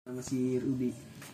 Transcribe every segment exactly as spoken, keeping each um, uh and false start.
sama si Rudi.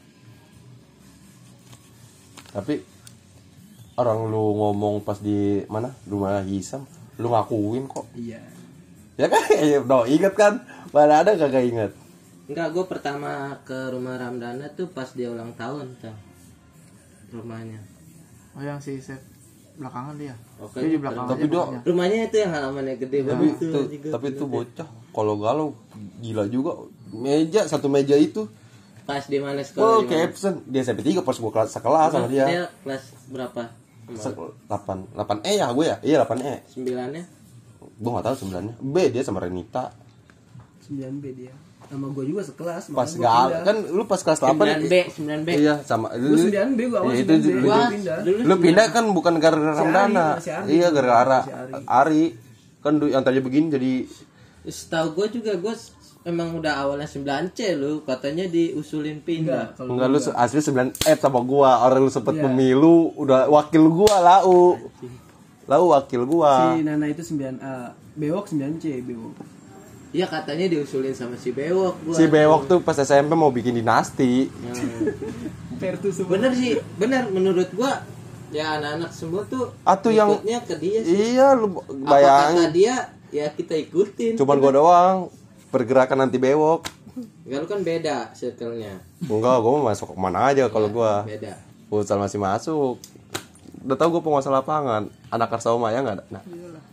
Tapi orang lu ngomong pas di mana rumah Hisam, lu ngakuin kok. Iya. Ya kan, no, inget kan? Mana ada kagak inget? Enggak, gue pertama ke rumah Ramdana tuh pas dia ulang tahun tuh rumahnya. Oh yang si Sep belakangan dia. Oke. Dia di belakang Tapi aja do- rumahnya. Rumahnya itu yang halamannya gede Tapi banget tuh. tuh, anjing, tapi gua tuh bilang, bocah kalau galau gila juga. Meja satu meja itu. pas di mana sekolah? Oh, di mana? caption dia S M P tiga pas gua kelas sekelas sama dia. Dia kelas berapa? delapan delapan E ya gue ya? Iya delapan E. Sembilannya? Gua enggak tahu sebenarnya. B dia sama Renita. sembilan B dia. Sama gua juga sekelas. Pas makanya gua gal pindah. kan lu pas kelas delapan. sembilan B, sembilan B. Iya, sama Gua sembilan B, gua awal Iya, itu sembilan B. lu- Gua Gua pindah. dulu Lu pindah kan bukan gara-gara Si Ari, Ramdana. si Ari. Iya, gara-gara Si Ari. Ari. Kan du- yang tadi begini jadi Setahu gue juga gue emang udah awalnya sembilan C lu, katanya diusulin pindah. Enggak, kalau enggak lu gua- asli sembilan F sama gua. Orang lu sempet Iya. pemilu udah wakil gua lau. Lau wakil gua. si Nana itu sembilan A, Bewok sembilan C, Bewok. Iya katanya diusulin sama si Bewok gua. Si Bewok tuh pas S M P mau bikin dinasti. Yang- Vertus semua. bener sih, bener menurut gua ya anak-anak semua tuh Atuh yang ikutnya ke dia sih. iya lu Apa kata bayangin. dia ya kita ikutin. Cuman gua doang pergerakan anti Bewok. Enggak, lu kan beda circle-nya. Enggak, gua mau masuk kemana aja kalau gua. Beda. Futsal masih masuk. Udah tau gua penguasa lapangan. Anak Karsawma ya enggak ada. Nah,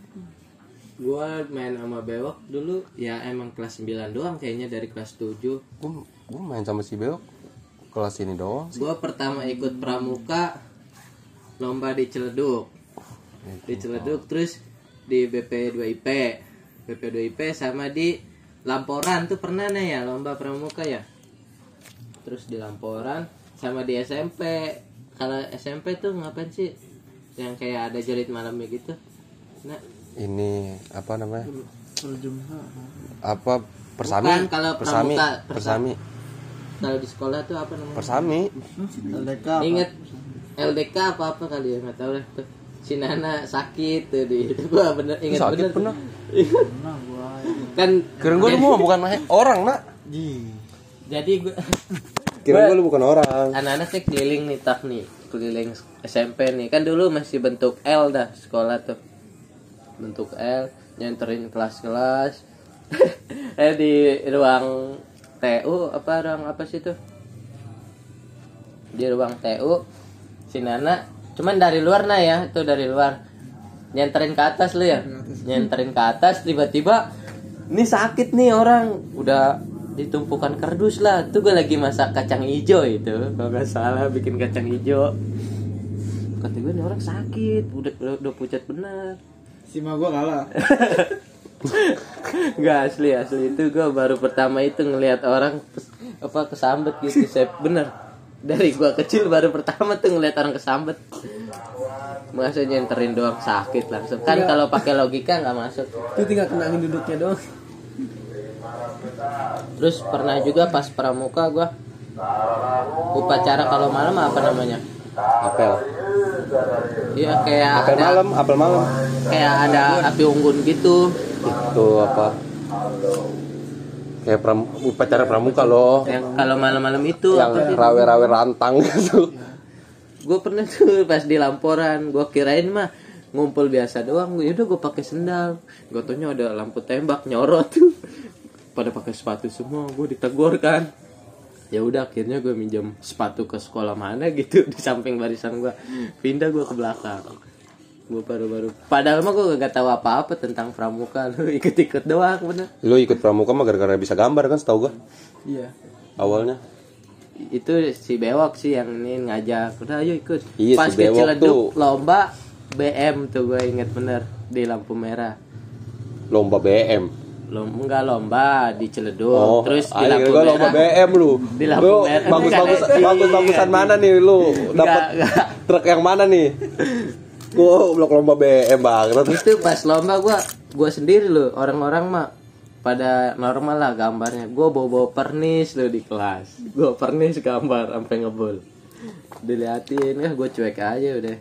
Gua main sama Bewok dulu ya emang kelas sembilan doang kayaknya dari kelas tujuh. gua, gua main sama si Bewok kelas ini doang. Gua pertama ikut pramuka lomba di Ciledug. Di Ciledug terus di B P dua I P. B P dua I P sama di Lamporan tuh pernah nih ya lomba pramuka ya. Terus di Lamporan sama di S M P. Kalau S M P tuh ngapain sih? Yang kayak ada jerit malamnya gitu. Nah, Ini apa namanya? Perjumha. Apa persami? Bukan, kalau persami, pramuka, persami, kalau di sekolah tuh apa namanya? persami. L D K. Ingat L D K apa apa kali ya, nggak tahu lah tuh. Si Nana sakit tuh di itu gua bener ingat Sakit bener. pernah? Nah gua. Kan Kirain gua lu mau bukan orang, Nak. jadi gua Kirain gua lu bukan orang. anak-anak sih keliling nih tak nih, keliling S M P nih. Kan dulu masih bentuk L dah sekolah tuh. Bentuk L, nyenterin kelas-kelas. eh di ruang T U apa ruang apa sih tuh? Di ruang T U si Nana cuman dari luar nah ya, itu dari luar. Nyenterin ke atas lu ya. Nyenterin ke atas tiba-tiba ini sakit nih orang, udah ditumpukan kardus lah. Tuh gue lagi masak kacang hijau itu, kalau nggak salah bikin kacang hijau. Kata gue nih orang sakit, udah udah, udah pucat bener. Si mah gua kalah. Nggak asli asli itu gue baru pertama itu ngelihat orang kes- apa kesambet gitu. Saya bener dari gue kecil baru pertama tuh ngelihat orang kesambet. Masa nyenterin doang sakit langsung kan, kalau pakai logika nggak masuk. Itu tinggal kenangin duduknya doang. Terus pernah juga pas pramuka gue upacara kalau malam apa namanya? Apel. Iya kayak Apel ada malam, apel malam. kayak ada api unggun gitu. Itu apa? Kayak pram, upacara pramuka loh. Yang kalau malam-malam itu Yang rawe-rawe rantang gitu. gue pernah tuh pas di Lamporan, gue kirain mah ngumpul biasa doang. Gue udah gue pakai sendal, gue taunya ada lampu tembak nyorot tuh. Pada pakai sepatu semua, gue ditegur kan. Ya udah akhirnya gue minjem sepatu ke sekolah mana gitu di samping barisan gue, pindah gue ke belakang. Gue baru-baru padahal mah gue gak tahu apa-apa tentang pramuka, lu ikut-ikut doang bener. Lu ikut pramuka mah gara-gara bisa gambar kan setahu gua. Iya. Awalnya. Itu si Bewok sih yang ini ngajak, udah ayo ikut. Iya, Pas si ke Bewok Ciledug tuh. lomba B M tuh gue inget bener di lampu merah. Lomba B M. Lomba enggak lomba di Ciledug, Oh, terus di ayo, lampu gua merah. lomba B M lu. Di lampu Lu merah. bagus-bagus Enggak, bagus-bagusan iya. mana nih lu? Dapat Enggak, enggak. truk yang mana nih? Gua blok lomba B M banget. Itu pas lomba gue gue sendiri loh, orang-orang mah pada normal lah gambarnya. Gue bawa-bawa pernis loh di kelas. Gue pernis gambar sampai ngebul. Diliatin ya gue cuek aja udah.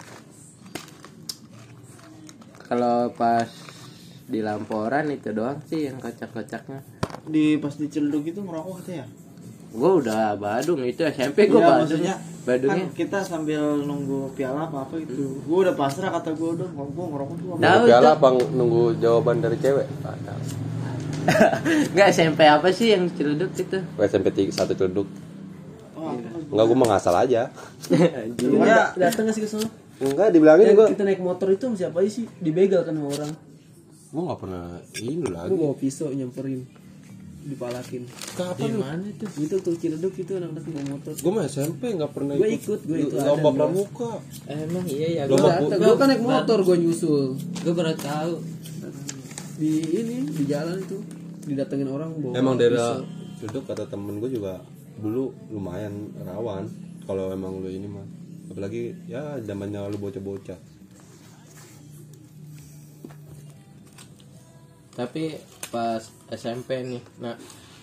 Kalau pas di Lamporan itu doang sih yang kocak-kocaknya. Di pas di Ciledug itu ngerokok katanya ya? Gue udah Badung itu S M P gue Iya, Badung. maksudnya Badungnya. kan kita sambil nunggu piala apa apa itu. Gue udah pasrah kata gue udah gue ngerokok tuh. Tahu Nunggu piala itu. apa nunggu jawaban dari cewek? Ada. Enggak S M P apa sih yang Ciledug itu? S M P tiga satu Ciledug. Oh, apa? Enggak, gue mengasal aja. Lu Ya. datang gak sih ke sana? Enggak, dibilangin Yang gue. kita naik motor itu sama siapa sih? Dibegal kan sama orang. Gue nggak pernah ini lagi. Gue bawa pisau nyamperin, dipalakin. Di mana itu? Itu tuh Ciledug itu anak-anak bawa motor. Gue mah S M P nggak pernah Gua ikut, gua itu ada lomba gua. pramuka. Emang iya ya. Lomba Gue bu- Gue kan naik motor, gue nyusul Gue baru tahu. di ini di jalan itu didatengin orang bawa. Emang daerah pisau. Ciledug kata temen gue juga dulu lumayan rawan kalau emang lu ini mah. Apalagi ya zamannya lu bocah-bocah. Tapi pas S M P nih, nah,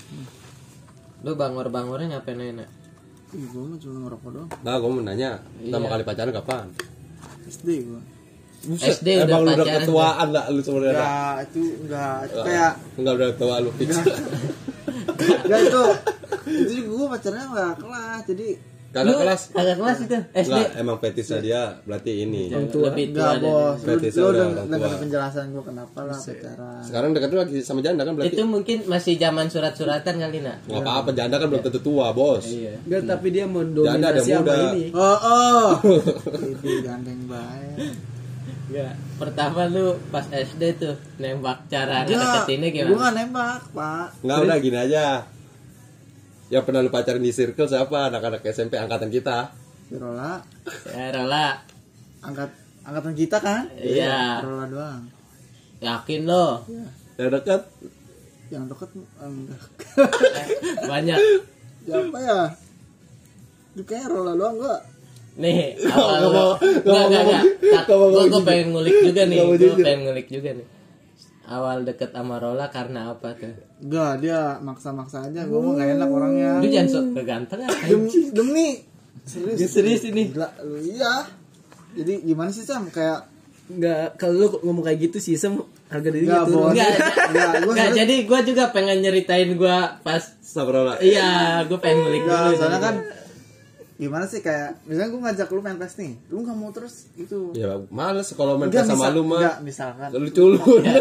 lu bangor-bangornya ngapain enak? Ih, gue mah cuma ngerokok doang. Nah, gue mau nanya, pertama Iya. kali pacaran kapan? S D gue. Buset, S D udah emang lu udah pacaran ketuaan lah lu sebenarnya. Enggak, itu enggak. Itu kayak Enggak udah tua lu fix. enggak itu. Itu gue pacarnya enggak kelas. Jadi Kagak kelas. Agak kelas itu S D. Enggak, emang fetisnya dia berarti ini. Lebih tua enggak, dari- Bos. Lu Fetisnya lu udah udah orang dengar tua. penjelasan gue kenapa lah pacaran. Sekarang dekat lu lagi sama janda kan berarti. Itu mungkin masih zaman surat-suratan kali nak. Enggak apa-apa, janda kan belum tentu tua, Bos. Iya. Enggak, tapi dia Janda ada mendominasi muda. sama ini. Oh, oh. Itu gandeng baik. Enggak. Pertama lu pas S D tuh nembak cara Enggak, ngedeketinnya gue gimana? enggak nembak, Pak. Enggak, udah gini aja. Yang pernah lu pacaran di circle siapa? Anak-anak S M P angkatan kita. Si Rola, Ya Rola, angkat angkatan kita kan? Iya. Rola doang. yakin lo? Yang dekat Yang deket enggak. Banyak. Siapa ya? Itu kayak Rola doang gua. Nih, awal Nggak mau- lo- nggak nggak mau nggak ngomong- nggak. nggak mau Gue ngomong gue jujur. pengen ngulik juga nih, Nggak mau gue jujur. pengen ngulik juga nih. Awal deket sama Rola karena apa tuh? Enggak, dia maksa-maksa aja. Gua mah enggak enak orangnya. Lu jangan sok kegantengan. Demi, demi serius. Dia serius ini. Gila, lu iya. Jadi gimana sih Sam? Kayak Enggak, kalau lu ngomong kayak gitu sih Sam harga dirinya Nggak, turun. Bos. Enggak, Enggak, gua enggak, serius. jadi gue juga pengen nyeritain gue pas Sabrola. iya, gue pengen ngulik enggak, dulu. soalnya kan gimana sih kayak misalnya gua ngajak lu main PES nih. Lu enggak mau terus itu. Ya males kalau main Enggak, sama misal- lu mah. enggak, misalkan. Lu culun.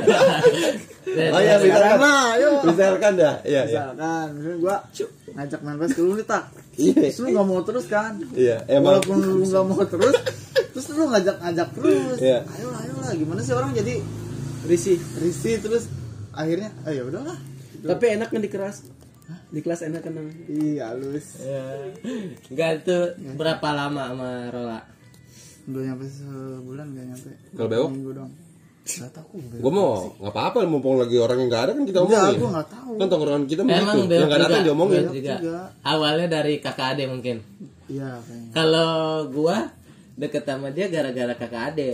Dan- Oh ya, Sekarang misalkan. lah, ayo. Misalkan dah. Iya, iya. Misalkan, misalnya gua ngajak main PES ke lu nih tak. Iya. Terus lu enggak mau terus kan? Iya, emang. Walaupun lu nggak mau terus, terus lu ngajak-ngajak terus. Iya. Ayolah, ayolah. Gimana sih orang jadi Risih. risih terus akhirnya, oh ya udahlah. Tapi enak kan di kelas. Di kelas enak kan. Iya, halus. Ya. Enggak tuh berapa lama sama Rola? Belum nyampe sebulan, nggak nyampe. Kalau bewok? Minggu dong. Gue mau nggak apa-apa, mumpung lagi orang yang nggak ada kan kita Enggak, omongin. gua nggak tahu. Kan tongkrongan kita Emang begitu. bewok Yang nggak datang juga. diomongin. Bewok juga. juga. Awalnya dari kakak ade mungkin. Iya, kayaknya. Kalau gua deket sama dia gara-gara kakak ade.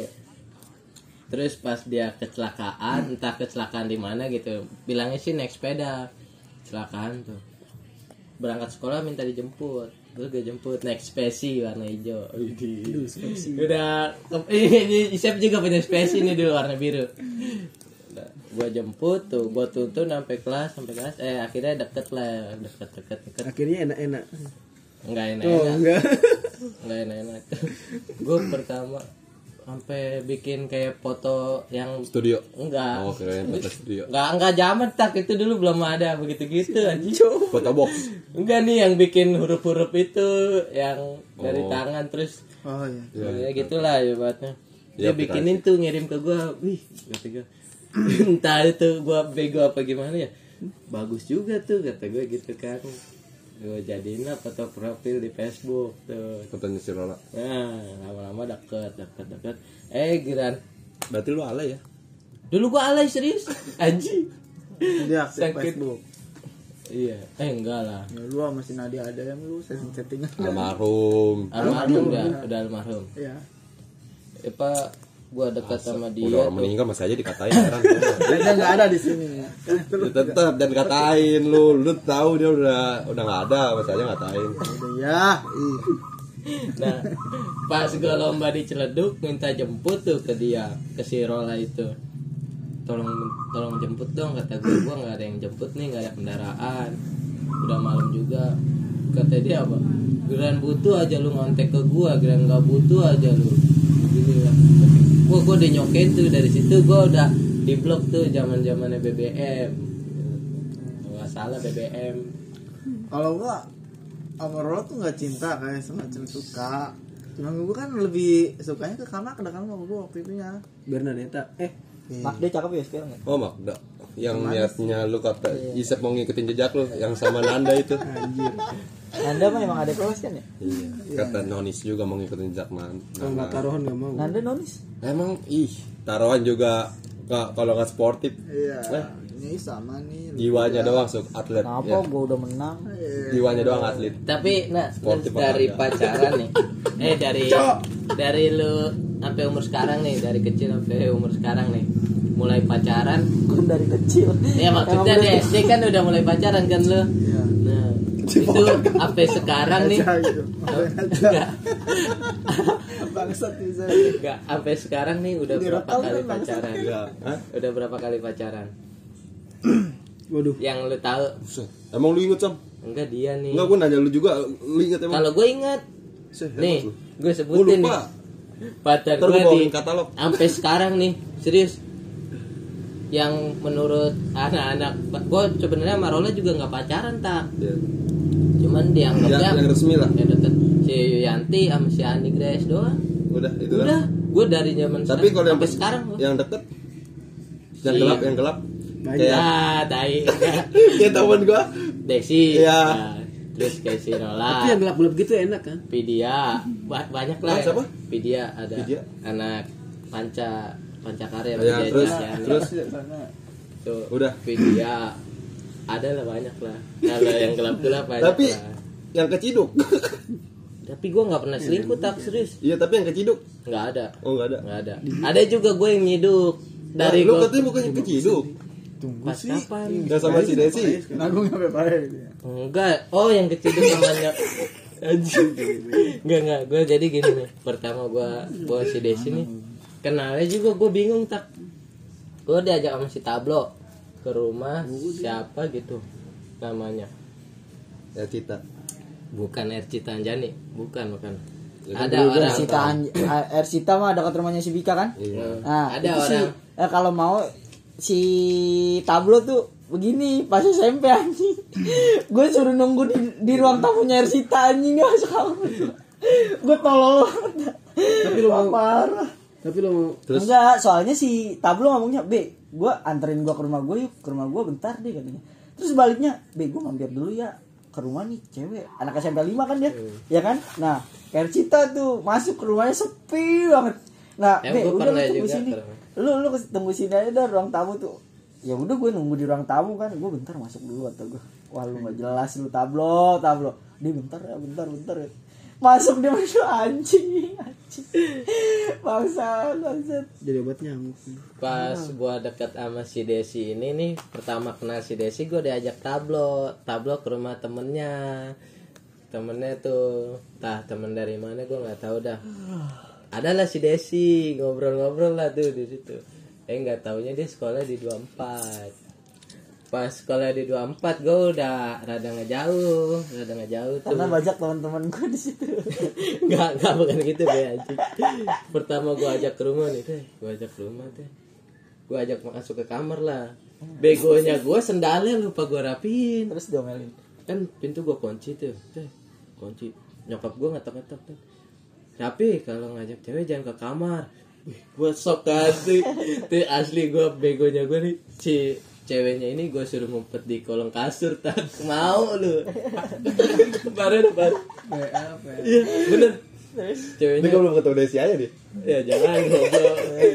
Terus pas dia kecelakaan, entah kecelakaan di mana gitu. Bilangnya sih naik sepeda. Kecelakaan tuh. Berangkat sekolah minta dijemput. Terus gue jemput naik spesi warna hijau. Widih. Udah ini Isep juga punya spesi nih dulu warna biru. Udah, gua jemput tuh, gua tuntun sampai kelas, sampai kelas. Eh akhirnya deket lah, deket deket deket. Akhirnya enak-enak. Enggak enak. Oh, enggak. Enggak enak-enak. Gue pertama sampai bikin kayak foto yang Studio. enggak. Oh, kirain foto studio. Enggak enggak zaman tak itu dulu belum ada begitu-gitu anjing. Foto box. Enggak nih yang bikin huruf-huruf itu yang dari Oh. tangan terus Oh iya. ya gitulah ya buatnya. Dia Ya, bikinin tuh ngirim ke gua. Wih, kata gua. Entah itu gua bego apa gimana ya. Bagus juga tuh kata gua gitu kan. Gue jadiin lah foto profil di Facebook tuh. Fotonya si Lola. Nah, lama-lama deket, deket, deket. Eh, giran. Berarti lu alay ya? Dulu gua alay serius. Anjing. Dia aktif Sakit. Facebook. Iya. Eh, enggak lah. Ya, lu sama si Nadia ada yang lu setting-settingan. Almarhum. Almarhum udah, udah almarhum. Iya. Eh, Pak, gua dekat sama dia. Udah orang tuh. meninggal masih aja dikatain heran. Dia enggak ada di sini. Ya, tetep dan katain lu, lu tahu dia udah udah nggak ada, masih aja ngatain. Udah ya. Ih. Nah, pas gua lomba di Ciledug minta jemput tuh ke dia, ke si Rola itu. Tolong tolong jemput dong kata gua, gua nggak ada yang jemput nih, nggak ada kendaraan. Udah malam juga. kata dia apa, giliran butuh aja lu ngontek ke gua, giliran nggak butuh aja lu gini lah. Gua gua udah nyokain tuh, dari situ gua udah di blok tuh zaman zamannya B B M, nggak salah B B M. Kalau gua sama Roro tuh nggak cinta, kayak semacam suka. Cuma gua kan lebih sukanya ke Kamak, kadang sama gua waktu itu nya. Bernadetta eh Mak dia cakep ya sekarang ya? Oh Magda, yang niatnya lu kata Isep mau ngikutin jejak lu, yang sama Nanda itu. anjir. Nanda mah emang ada kelas kan ya? Iya. Kata Nonis juga mau ngikutin jejak Nan- Kalau nggak Nanda. taruhan nggak mau. Nanda nonis. Emang ih, taruhan juga nggak, kalau nggak sportif. Iya. Eh, Ini sama nih. jiwanya doang sok atlet. Kenapa Ya. gua udah menang? Jiwanya doang atlet. Tapi nah Sportif dari apa pacaran nih, eh dari dari lu sampai umur sekarang nih, dari kecil sampai umur sekarang nih, mulai pacaran. Gua dari kecil. Ya maksudnya Emang di udah- S D kan udah mulai pacaran kan lu. Iya. Nah itu sampai sekarang nih. Aja gitu. Enggak, Bangsat bisa. enggak sampai sekarang nih udah berapa Direkam kali kan bangsat. pacaran? Enggak. Hah? Udah berapa kali pacaran? Waduh. Yang lu tahu? Buset. Emang lu inget Sam? Enggak dia nih. Enggak, gua nanya lu juga, lu inget emang? Kalau gue ingat, Seh, hebat nih lu. gue Gua sebutin nih. lupa. Pacar Ntar gue gua di bawain katalog. sampai sekarang nih serius. Yang menurut anak-anak, gue sebenarnya sama Rola juga nggak pacaran tak. Iya. Cuman dianggapnya Yang, yang resmi lah. ya deket si Yuyanti sama si Ani Grace doang. Udah, itu Udah, lah. gue dari zaman Tapi kalau yang sampai sekarang gua. yang deket, yang Iya. gelap, yang gelap. Banyak. Kayak Ah, tai. kayak temen gua. Desi. Iya. Nah, terus kayak si Rola. Tapi yang gelap-gelap gitu enak kan? Vidya, ba- banyak lah. Ah, siapa? Vidya ada. Vidya. Anak Panca Pancakarya. Ya, Vidya terus Cahyani. terus Tuh, Udah. Vidya. Ada lah banyak lah. Kalau yang gelap-gelap banyak tapi lah. yang keciduk. Tapi gue nggak pernah selingkuh tak serius. Iya, tapi yang keciduk. Nggak ada. Oh, enggak ada. Nggak ada. Ada juga gue yang nyiduk. Dari Nah, lu gua- katanya bukannya keciduk. pas kapan? Enggak sama si Desi. Nanggung sampai pare gitu ya. Enggak. Oh yang keciduk namanya. Anjing. Enggak enggak. Gue jadi gini nih. Pertama gue bawa si Desi nih. Kenalnya juga gue bingung tak. Gue diajak sama si Tablo ke rumah siapa gitu namanya. Ya Cita. Bukan Ercita Anjani. Bukan bukan. Ya, Ada orang. Ersita Anj- Ersita mah dekat rumahnya si Bika kan? Iya. Nah, Ada itu orang. si- eh, kalau mau si Tablo tuh begini pas S M P anjing. Gue suruh nunggu di, di ruang tamunya Ersita anjing enggak masuk kamar. Gue tolol banget. Tapi lu mau Parah. Tapi lu mau Terus Enggak, soalnya si Tablo ngomongnya, "B, gue anterin gue ke rumah gue yuk, ke rumah gue bentar deh," katanya. Terus baliknya, "B, gue mampir dulu ya ke rumah nih cewek, anak S M P lima kan dia." Ya kan? Nah, kayak Cita tuh masuk ke rumahnya sepi banget. Nah, Ya, "B, gua udah pernah lu tunggu juga sini. ke rumah. Lu lu tunggu sini aja dah ruang tamu tuh." Ya udah gue nunggu di ruang tamu kan, gue bentar masuk dulu atau gue. Wah, lu enggak jelas lu Tablo, Tablo. Dia bentar ya, bentar, bentar ya. Masuk dia masuk anjing, anjing. Bangsa, bangsa. jadi obat nyamuk. Pas gua dekat sama si Desi ini nih, pertama kenal si Desi gua diajak Tablo, Tablo ke rumah temennya. Temennya tuh, tah temen dari mana gua nggak tahu dah. Adalah si Desi, ngobrol-ngobrol lah tuh di situ. Eh nggak taunya dia sekolah di dua puluh empat. Pas sekolah di dua puluh empat gua udah rada ngejauh, rada ngejauh tuh. Karena banyak teman-teman gue di situ. Enggak, enggak bukan gitu be anjing. Pertama gua ajak ke rumah nih, teh. Gua ajak ke rumah teh. Gua ajak masuk ke kamar lah. Begonya gua sendalnya lupa gua rapiin. Terus diomelin. Kan pintu gua kunci tuh, teh. Kunci. Nyokap gua ngetok-ngetok tuh. Tapi kalau ngajak cewek jangan ke kamar. Wih, gua sok asli. Tuh asli gua begonya gua nih si ceweknya ini gue suruh ngumpet di kolong kasur tak mau lu. Baru baru. Iya, bener. ini Ceweknya gua belum ketemu Desi aja deh. ya jangan ngobrol.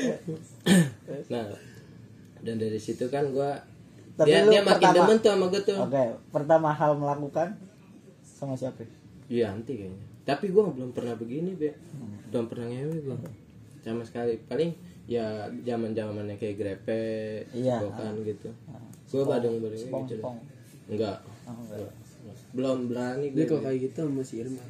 Nah, dan dari situ kan gue Tapi dia, lu dia makin pertama- demen tuh sama gue tuh. Oke, pertama hal melakukan sama siapa? Iya anti kayaknya. Tapi gue belum pernah begini be, belum pernah ngewe gue sama sekali. Paling ya zaman zamannya kayak grepe, Iya. bokan gitu. Gue badung-badung Spong, gitu. spong. Enggak. Oh, enggak. Belum berani Dia gue. kalau kayak gitu sama si Irman.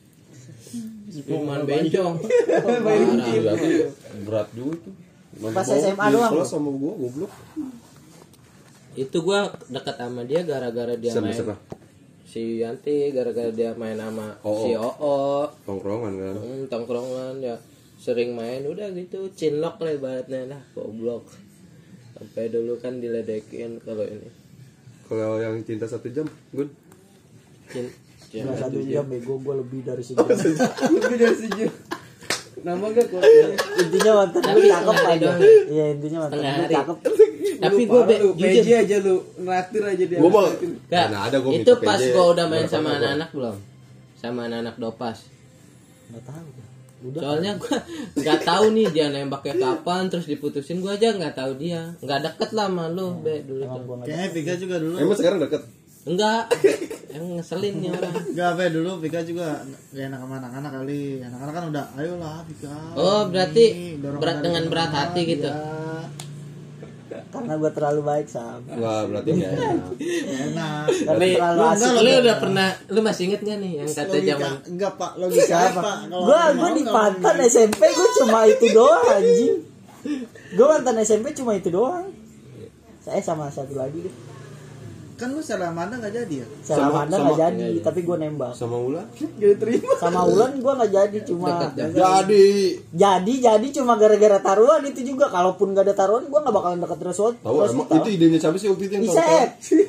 Firman Bencong. Gila, tapi berat juga tuh. Pas S M A doang, Kelas lu? sama gua goblok. Itu gue dekat sama dia gara-gara dia Sama main siapa? si Yanti gara-gara dia main sama Oh, si Oo. tongkrongan kan. Hmm, tongkrongan ya sering main udah gitu cinlok lah ibaratnya lah goblok. Sampai dulu kan diledekin kalau ini. Kalau yang cinta satu jam, Gun. Cin, cin, Nggak satu jam bego gue lebih dari sejam. Lebih dari sejam. Nama gak kuatnya. Intinya mantan gue Tapi cakep setengah hari aja. doang. Iya intinya mantan Setengah gue hari. cakep. Tapi Lu gue parah lu, P J jujur aja lu, nraktir aja dia. Gua mau Nggak, mana ada gua itu minta pas P J, gue udah main berapa sama gua? anak-anak belum? Sama anak-anak dopas. Nggak tahu. Udah. Soalnya gue nggak tahu nih dia nembaknya kapan, terus diputusin gue aja nggak tahu dia, nggak deket lah sama lu, be dulu Emang tuh. gua nggak Kayaknya Vika juga dulu. Emang sekarang deket? Enggak, emang ngeselin nih orang. Enggak apa ya, dulu Vika juga gak enak sama anak-anak kali. Anak-anak kan udah, ayolah Vika. Oh berarti Ini, dorong berat dari dengan berat sana, hati gitu. iya. karena gue terlalu baik Sam. Enggak, berarti enggak enak. Nggak enak. Karena Tapi terlalu lu, asik. enggak, lu udah pernah, lu masih inget gak nih yang kata Logika. zaman Enggak Pak, logika Siapa? Pak. Kalau Gue aku gue mau, di kalau mantan mau. S M P gue cuma itu doang anjing. Gue mantan S M P cuma itu doang. Saya sama satu lagi deh. Kan lu secara Amanda gak jadi ya? Sama Sama- Amanda sama- nggak jadi, tapi gue nembak. Sama Ulan? Gak terima. Sama Ulan gue nggak jadi, cuma Jadi. jadi jadi cuma gara-gara taruhan itu juga. Kalaupun gak ada taruhan gue nggak bakalan deket terus. Tahu emang itu idenya siapa sih waktu itu yang Bisa tahu?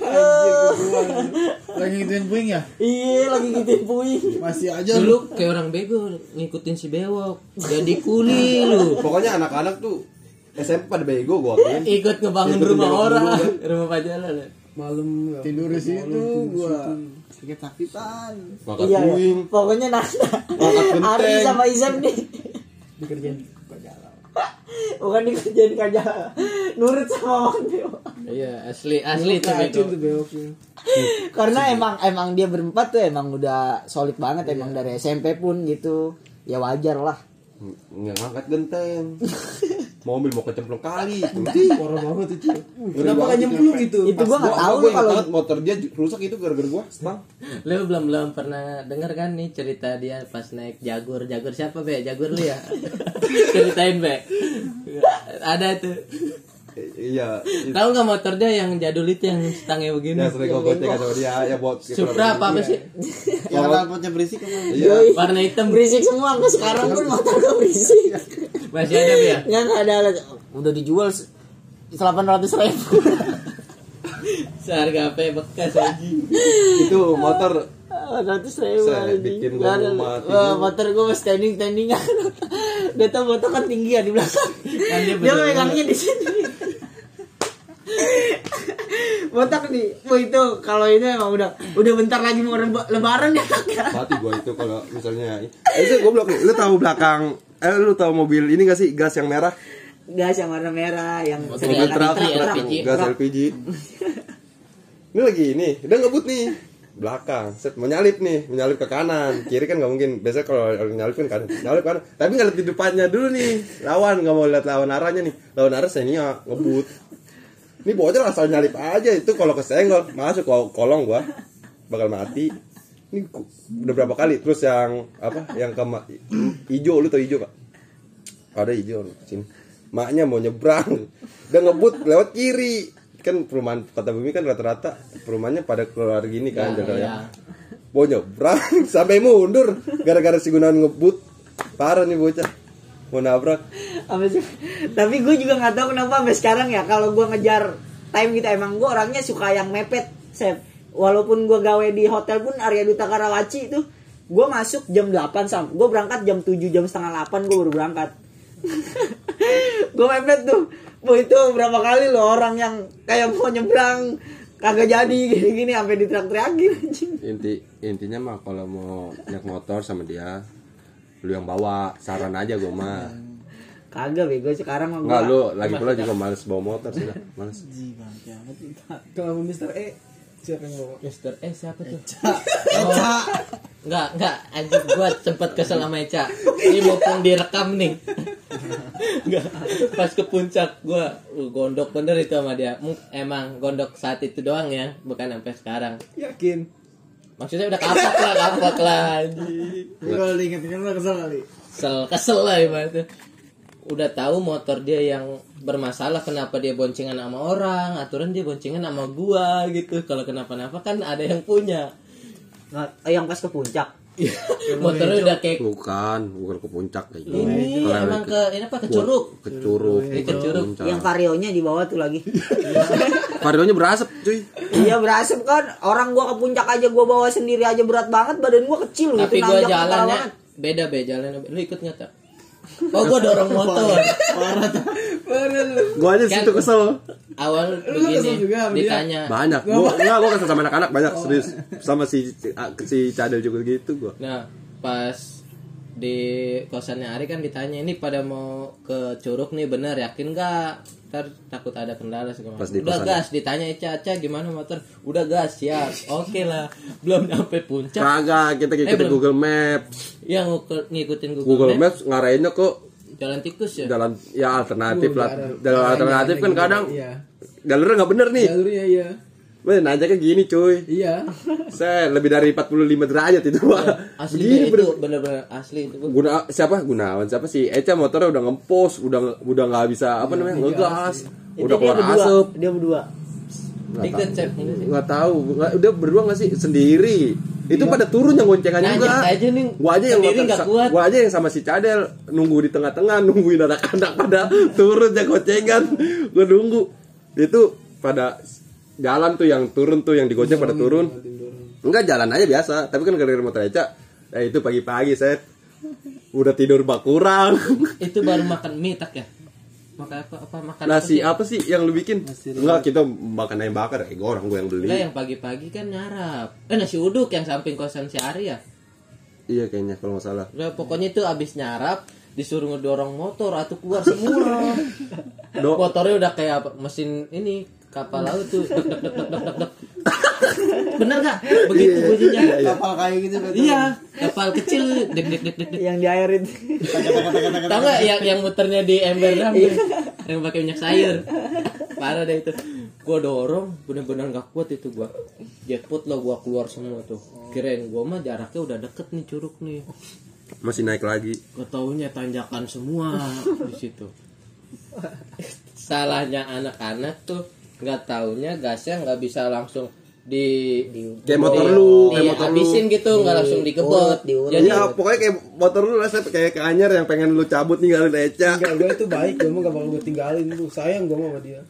Lagi ngituin puing ya? Iya lagi gituin puing. Masih aja lu. dulu kayak orang bego ngikutin si bewok, jadi kuli lu. Pokoknya anak-anak tuh S M P pada bego gua akuin. Ikut ngebangun Ikut rumah ngebangun orang, rumah. rumah pajalan. Ya. Malam ya. Tidur di situ gua. Sakit-sakitan. Makan Iya, iya. puing. Pokoknya Nanda, Angkat genteng. Ari sama Izam nih. Dikerjain. Bukan dikerjain kerja, nurut sama Mang Dewa. Iya asli asli itu Kacau bego. tuh bewoknya. Karena emang emang dia berempat tuh emang udah solid banget emang dari S M P pun gitu. Ya wajar lah. Nggak ngangkat genteng. Mobil mau kecemplung kali. Parah banget itu. Kenapa gak nyemplung itu? Itu gua nggak tahu Gua lu kalau ingat motor dia rusak itu gara-gara gua. Bang. Lu belum belum pernah dengar kan nih cerita dia pas naik Jaguar. Jaguar siapa be? Jaguar lu ya? Ceritain be. Ada tuh. Iya. Tahu nggak motor dia yang jadul itu yang stangnya begini? Ya sering gua goceng sama dia ya buat Supra apa apa sih? Yang knalpotnya berisik kan? Iya. Yoi. Warna hitam. Berisik semua, nggak sekarang pun motor gue berisik. Masih ada be ya? Nggak nggak ada, ada. Udah dijual delapan ratus ribu. Seharga apa bekas aja. Itu motor Ratus ribu Saya anjing. bikin Nggak gua ada. mau mati Wah, dulu. motor gue standing standingan. Dia tau motor kan tinggi ya di belakang. Kan dia Dia bener-bener. megangnya di sini. Botak nih, oh itu kalau itu emang udah udah bentar lagi mau reba- lebaran ya tak ya. mati gua itu kalau misalnya eh, itu goblok nih. Lu tahu belakang eh lu tahu mobil ini gak sih gas yang merah? Gas yang warna merah yang Mobil sediakan di truk, truk, L P G. truk. Gas L P G. Ini lagi ini, udah ngebut nih belakang, set mau nyalip nih, menyalip ke kanan, kiri kan nggak mungkin. Biasanya kalau nyalip kan kanan, nyalip kanan. Tapi nggak lihat di depannya dulu nih, lawan nggak mau lihat lawan arahnya nih, lawan arah senia ngebut. Ini bocah asal nyalip aja itu kalau kesenggol masuk ke kolong gua bakal mati. Ini ku- udah berapa kali terus yang apa yang ke ma- hijau lu tau hijau Pak? Ada hijau sini. Maknya mau nyebrang, udah ngebut lewat kiri. Kan perumahan Kota Bumi kan rata-rata perumahannya pada keluar gini kan Ya, jaga ya. ya. Mau nyebrang sampai mundur gara-gara si Gunawan ngebut. Parah nih bocah. Mau nabrak. Sampai se- tapi gue juga nggak tahu kenapa sampai sekarang ya kalau gue ngejar time gitu emang gue orangnya suka yang mepet, Sep. Walaupun gue gawe di hotel pun Arya Duta Karawaci itu gue masuk jam delapan sam, gue berangkat jam tujuh jam setengah delapan gue baru berangkat. Gue mepet tuh. Bu itu berapa kali loh orang yang kayak mau nyebrang kagak jadi gini-gini sampai diteriak-teriakin anjing. Inti intinya mah kalau mau naik motor sama dia lu yang bawa, saran aja gue mah. Kagak bego sekarang mah Enggak gua- lu lagi pula juga males bawa motor sih dah, males. Kalau mister E siapa yang bawa? Mister E siapa tuh? Eca. Enggak, enggak. Anjir gua sempet kesel sama Eca. Ini mumpung direkam nih. Enggak. Pas ke puncak gua uh, gondok bener itu sama dia. Mu- Emang gondok saat itu doang ya, bukan sampai sekarang. Yakin. Maksudnya udah kapok lah, kapok lah anjir. Tapi kalau diinget-inget lo kesel kali. Kesel, kesel lah ibaratnya. Udah tahu motor dia yang bermasalah, kenapa dia boncengan sama orang, aturan dia boncengan sama gua gitu. Kalau kenapa-napa kan ada yang punya. Nggak, eh, yang pas ke puncak. Motornya udah kayak Bukan, bukan ke puncak kayak gitu. ini Kalau emang ke ini apa ke curug. Ke curug, Ke bukan curug. puncak. Yang varionya di bawah tuh lagi. Varionya berasap, cuy. Iya berasap kan. Orang gua ke puncak aja gua bawa sendiri aja berat banget, badan gua kecil gitu. Tapi gua nanjak parah jalannya banget. beda be jalannya. Lu ikut nggak tak? Oh gua dorong motor. Gua aja Kan- situ kesel. Awal kesel begini juga sama dia? ditanya. Banyak. Gua enggak gua kesel sama anak-anak banyak serius. Sama si si Cadel juga gitu gua. Nah, pas di kosannya Ari kan ditanya ini pada mau ke Curug nih bener yakin nggak? Ntar takut ada kendala segala Pas macam. di Udah kosan. gas ditanya Eca Eca gimana motor? Udah gas siap. Oke lah. Belum nyampe puncak. Kagak, kita Eh, ngikutin belum. Google Maps. Yang ngukur- ngikutin Google, Google Maps, Maps ngarahinnya ke jalan tikus ya. jalan ya alternatif Oh, lah. ada- Jalan ada- alternatif ada kan gitu. kadang Iya. jalurnya nggak bener nih. Jalurnya iya. Weh, nanjaknya gini cuy. Iya. Saya lebih dari empat puluh lima derajat itu. Asli Begini Be, bener. itu bener-bener asli itu. Guna siapa Gunawan siapa sih Eca motornya udah ngempos udah udah nggak bisa apa namanya ngegas Itu udah dia keluar berdua. asap Dia berdua. nggak Ikut tahu cek ini sih. nggak tahu nggak- udah berdua nggak sih sendiri itu pada turun yang goncengan Nanjak juga aja nih, gua aja yang sendiri motor- nggak kuat. gua aja yang sama si Cadel nunggu di tengah-tengah nungguin anak-anak pada turun ya goncengan gua nunggu itu pada jalan tuh yang turun tuh yang digoceng pada turun enggak jalan aja biasa tapi kan gara-gara motor Eca eh itu pagi-pagi set udah tidur bak kurang Itu baru makan mie tak ya? Makan apa apa makan nasi apa apa sih yang lu bikin enggak kita makan ayam bakar eh gua orang gua yang beli Enggak yang pagi-pagi kan nyarap. Eh nasi uduk yang samping kosan si Ari ya. iya kayaknya kalau nggak salah Udah pokoknya itu abis nyarap disuruh ngedorong motor atau keluar semua. Do- Motornya udah kayak apa, mesin ini kapal laut tuh. Dek, dek, dek, dek, dek, dek, dek. Bener gak? Begitu bunyinya. Kapal kayak gitu kan. Iya, kapal kecil dek dek dek dek dek. Yang diairin. Tahu nggak yang yang muternya di ember rambut yang pakai minyak sayur. Parah deh itu. Gua dorong bener-bener nggak kuat itu gua. Jackpot lo gua keluar semua tuh. Kirain gua mah jaraknya udah deket nih curug nih. masih naik lagi Ketaunya tanjakan semua di situ. Salahnya anak-anak tuh nggak taunya gasnya nggak bisa langsung di, kayak motor lu di kayak motor lu habisin gitu nggak langsung digebot. diurut, diurut. Jadi iya pokoknya kayak motor lu rasanya kayak ke Anyar yang pengen lu cabut ninggalin Eca Enggak, gue itu baik, gue mah gak bakal gue tinggalin tuh. Sayang gue sama dia.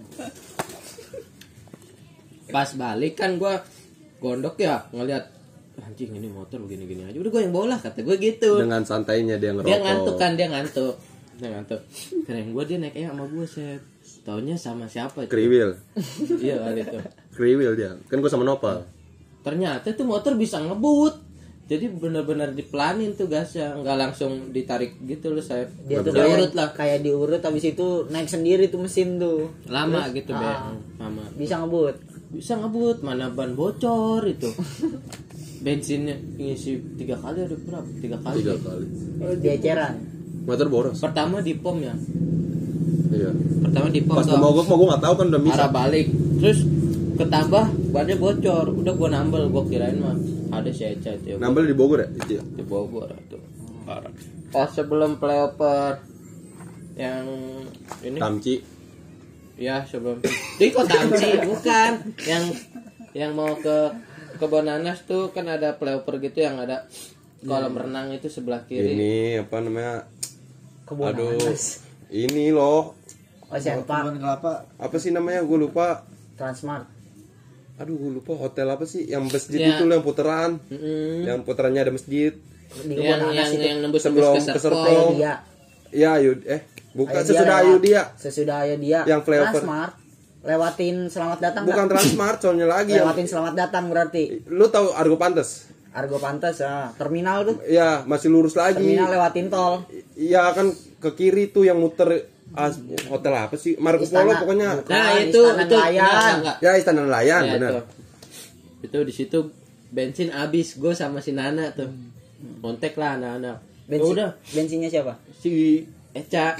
pas balik kan gua gondok ya ngeliat anjing ini motor begini-gini aja udah gue yang bola kata gue gitu. dengan santainya dia ngerokok Dia ngantuk kan dia ngantuk. Dia ngantuk. Keren gue dia naiknya sama gue set. Taunya sama siapa? itu? kriwil Iya kali itu. kriwil dia kan gua sama Nopal Ternyata tuh motor bisa ngebut. Jadi benar-benar dipelanin tuh gasnya, nggak langsung ditarik gitu loh saya. Dia tuh diurut kayak, lah. kayak diurut habis itu naik sendiri tuh mesin tuh. Lama gitu be. ah. Lama. Bisa ngebut. Bisa ngebut, mana ban bocor itu. Bensinnya ngisi tiga kali ada berapa? Tiga kali. tiga deh. kali Di eceran. motor boros Pertama di pom ya. iya Pertama di pom. pas tuh. mau gua mau gua nggak tahu kan udah bisa Arah balik. Terus ketambah bannya bocor. Udah gua nambel, gua kirain mah ada si Eca itu. Ya. nambel di Bogor ya itu ya Di Bogor itu. Parah. Pas sebelum playoper yang ini Tamci ya sebelum di kota Tamci bukan yang yang mau ke kebun nanas tuh kan ada playoper gitu yang ada kolam renang itu sebelah kiri. ini apa namanya Kebun aduh nanas. ini loh Ocean Park. Kebun kelapa. apa sih namanya gue lupa Transmart. aduh gue lupa hotel apa sih yang masjid Ya. itu loh yang putaran Mm-mm. yang putarannya ada masjid Di kebun yang nanas yang itu. yang nembus Sebelum nembus ke ke Serpong. Serpong. Ayo dia. iya Ayud eh bukan Ayo dia sesudah lewat. Ayu dia Sesudah ayo dia. Yang flyover. Transmart. Lewatin selamat datang. bukan nggak? Transmart soalnya lagi yang Lewatin selamat datang berarti. lu tahu Argo Pantes Argo Pantes ya. Terminal tuh. ya masih lurus lagi Terminal lewatin tol. iya kan ke kiri tuh yang muter ah, hotel apa sih Marco Polo Istana. pokoknya Nah, Ah, itu Istana itu Nelayan. enggak, enggak, enggak. ya Istana Nelayan Ya, benar itu. Itu di situ bensin habis gue sama si Nana tuh. Kontak lah anak-anak. Ya Bensin, udah bensinnya siapa? si Eca.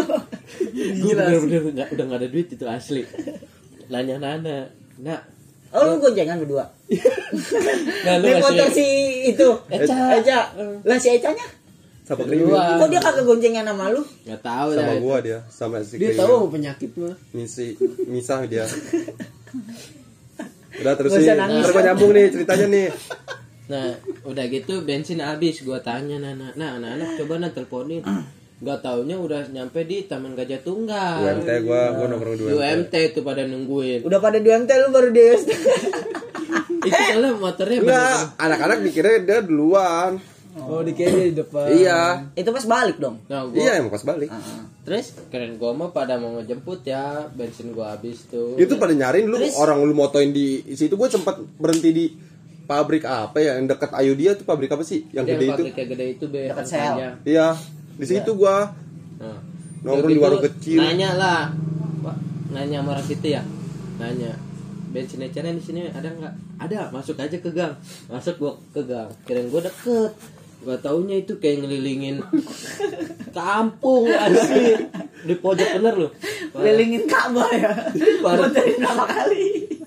Gue bener-bener nggak udah nggak ada duit itu asli. Nanya Nana, nak. Oh, lu goncengan berdua. Nah, lu Naik motor masih si itu. Eca. Eca. Lah si Ecanya? sama kriwil Berdua. Kok dia kagak goncengan sama lu? nggak tahu sama dah. gua dia sama si Dia kriwil. tahu sama penyakit mah. misi misah dia udah terus Nggak sih usah nangis. ntar gua nyambung nih ceritanya nih Nah, udah gitu bensin habis, gua tanya Nana. Nah, anak-anak coba nah teleponin. Gak taunya udah nyampe di Taman Gajah Tunggal. U M T gua gua nongkrong di U M T itu pada nungguin. Udah pada di U M T lu baru di S D. Itu soalnya motornya Enggak, anak-anak dikira dia duluan. Oh dikira di depan. Iya. Itu pas balik dong. Nah, gua, Iya, emang pas balik. Terus keren gua mah pada mau ngejemput ya, bensin gua habis tuh. Itu pada nyariin lu Terus? orang lu motoin di situ. Gua sempat berhenti di pabrik apa ya yang dekat Ayudhya tuh, pabrik apa sih yang Yang gede itu? pabrik yang gede itu be. Dekat angkanya. Iya, di situ gua Nah, nongkrong udah di warung gitu, kecil. Nanya lah, Pak, nanya sama orang situ ya, nanya bensin eceran di sini ada nggak? Ada, masuk aja ke gang. Masuk gua ke gang, kirain gua deket. Gua taunya itu kayak ngelilingin kampung asli di pojok bener loh. kelilingin Ka'bah ya. Parah. Muterin berapa kali.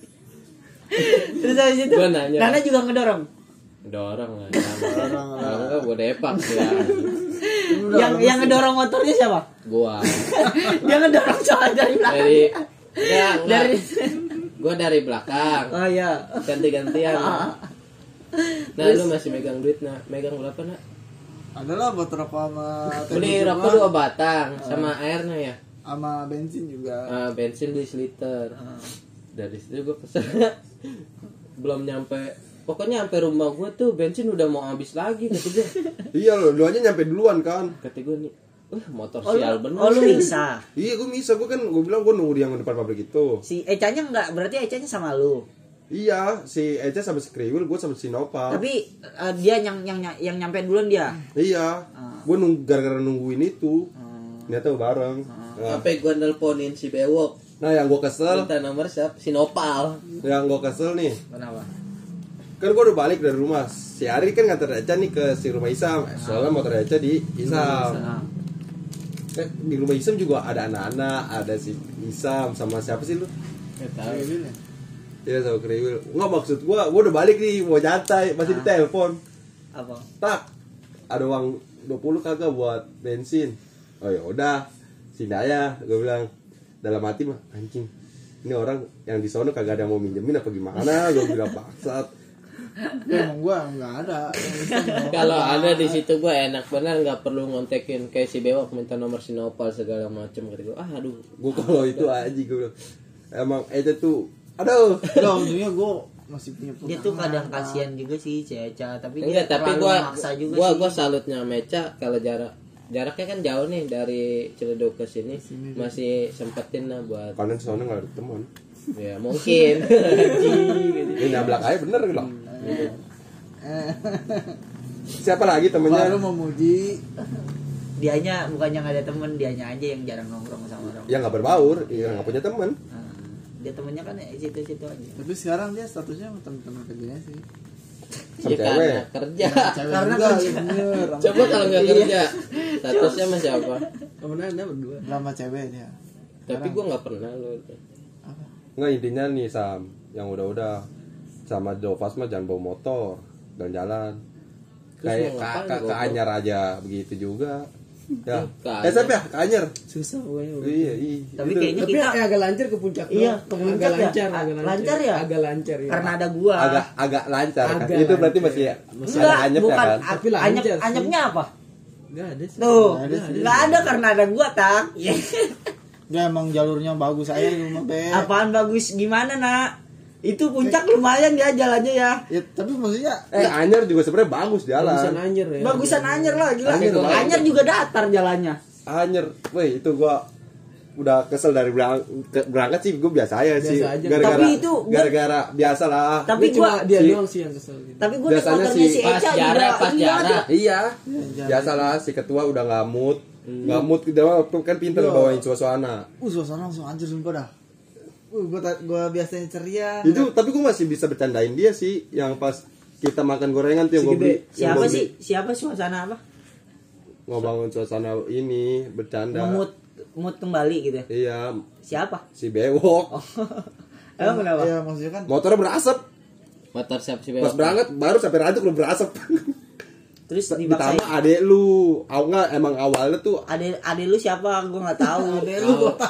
Terus habis itu Gua nanya. Nana juga ngedorong. Dorong lah, dorong lah. Enggak gua depak ya. Yang yang ngedorong motornya siapa? Gua Dia ngedorong soal dari belakang. dari enggak, enggak. Dari Gua dari belakang. Oh iya. Ganti-gantian. Nah, lu masih megang duit nah. Megang berapa nak? Adalah buat rokok sama Beli teh rokok juga, dua batang sama airnya ya. sama bensin juga. Ah, bensin beli seliter. Dari situ gue pesen. Belum nyampe. Pokoknya sampai rumah gue tuh bensin udah mau habis lagi kata gue. Iya lo, lu aja nyampe duluan kan. Kata gue nih, "Wah, motor Oh, sial lu, bener." oh, lu bisa. Iya, gua bisa. Gua kan gua bilang gua nunggu di yang depan pabrik itu. Si Ecanya enggak, berarti Ecanya sama lu. Iya, si Eca sama si Kriwil, gua sama si Nopal. Tapi eh, dia yang yang yang nyampe duluan dia. Iya, gua nunggu gara-gara nungguin itu. Ternyata bareng. Nah, Sampai gue nelponin si Bewok. nah, yang gua kesel, Minta nomor siapa? Si Nopal. yang gua kesel nih. Kenapa? Kan gua udah balik dari rumah. Si Ari kan nganter Eca nih ke si rumah Isam. Soalnya motor Eca di Isam. Nah, Eh, di rumah Isam juga ada anak-anak, ada si Isam sama siapa sih lu? Enggak tahu. Iya, sama Kriwil. Enggak, maksud gua, gua udah balik nih, mau nyantai, masih ditelepon. apa? Tak, ada uang dua puluh kagak buat bensin. Oh ya udah, sini aja, gue bilang. Dalam hati mah, anjing, ini orang yang di sono kagak ada yang mau minjemin apa gimana? Gue bilang bangsat. Ya, emang gua nggak ada. Kalau ada di situ gue enak bener, nggak perlu ngontekin kayak si Bewok minta nomor si Nopal segala macem. Kata gue, ah aduh. Gue kalau itu aja gue bilang, emang Eca tuh, aduh. Udah ujungnya gua masih punya pegangan. Dia tuh kadang kasihan juga sih si Eca, tapi Enggak, dia tapi terlalu gua memaksa juga gua sih. gua salutnya Meca kalau jarak jaraknya kan jauh nih dari Ciledug ke sini, masih sempetin lah buat Karena di sono nggak ada teman. ya mungkin Anjing, gitu. Ini nyablak aja bener loh. Siapa lagi temennya? Baru memuji. Dianya bukannya nggak ada temen, dianya aja yang jarang nongkrong sama orang. Yang nggak berbaur, yang nggak punya teman. Nah, dia temennya kan ya situ-situ aja. Tapi sekarang dia statusnya teman-teman kerjanya sih. Sama Ya, cewek. karena kerja. Cewek Karena juga, kerja. iya bener. Coba kalau nggak kerja, statusnya sama siapa? Temen anda berdua. Sama cewek dia. Tapi gua nggak pernah lo. Apa? Nggak, intinya nih Sam, yang udah-udah sama Jovas mah jangan bawa motor dan jalan. Terus Kayak mau ngapain kakak bawa ke Anyar aja begitu juga. Ya, Ke eh siapa ya? Ke Anyar. Susah pokoknya. Iya, iya. Tapi Itu. kayaknya Tapi kita ya, agak lancar ke puncak. Iya, doang. ke puncak agak ya? lancar, A- agak lancar. lancar ya? Agak lancar ya. karena ada gua. agak agak lancar kan? Agak Itu berarti lancar. masih Masih ada Enggak, anyep ya bukan kan? a- Tapi lancar anyep, sih. anyepnya apa? Enggak ada sih. Tuh, Nggak ada sih. nggak ada karena ada gua tak. Dia emang jalurnya bagus aja di rumah Be. Apaan bagus gimana nak? Itu puncak lumayan ya jalannya ya. Ya tapi maksudnya Eh, Anyar juga sebenarnya bagus jalan. Bagusan anjir ya. Bagusan Anyer lah gila. Anyer Anyer, bagus. juga datar jalannya. Anyar, weh itu gua udah kesel dari berang- ke- berangkat sih gue biasa aja sih. Biasa aja. Gara-gara Tapi itu gua- gara-gara biasa lah. Tapi Ini cuma gua dia si- doang sih yang kesel gitu. tapi gua Biasanya naik motornya si- si pas Eca jarak, juga pas ini banget jarak. ya. Iya, biasalah si ketua udah nggak mood, nggak mood kita kan pinter Iya. bawain suasana. uh suasana langsung anjir sumpah dah. Uh gua ta- gua biasanya ceria. Itu tapi gue masih bisa bercandain dia sih, yang pas kita makan gorengan tuh yang Si gue beli, gede. yang Siapa gua beli. sih? Siapa suasana apa? Ngebangun suasana ini bercanda. Mood mood kembali gitu ya. Iya, Siapa? si bewok. Emang kenapa? Iya maksudnya kan Motornya berasap. Motor siapa sih Pas berangkat baru sampai rantuk udah berasap. Terus dipaksain. Ditambah adek lu. Aku nggak emang awalnya tuh Ade ade lu siapa? Gua nggak tahu. Ade lu gua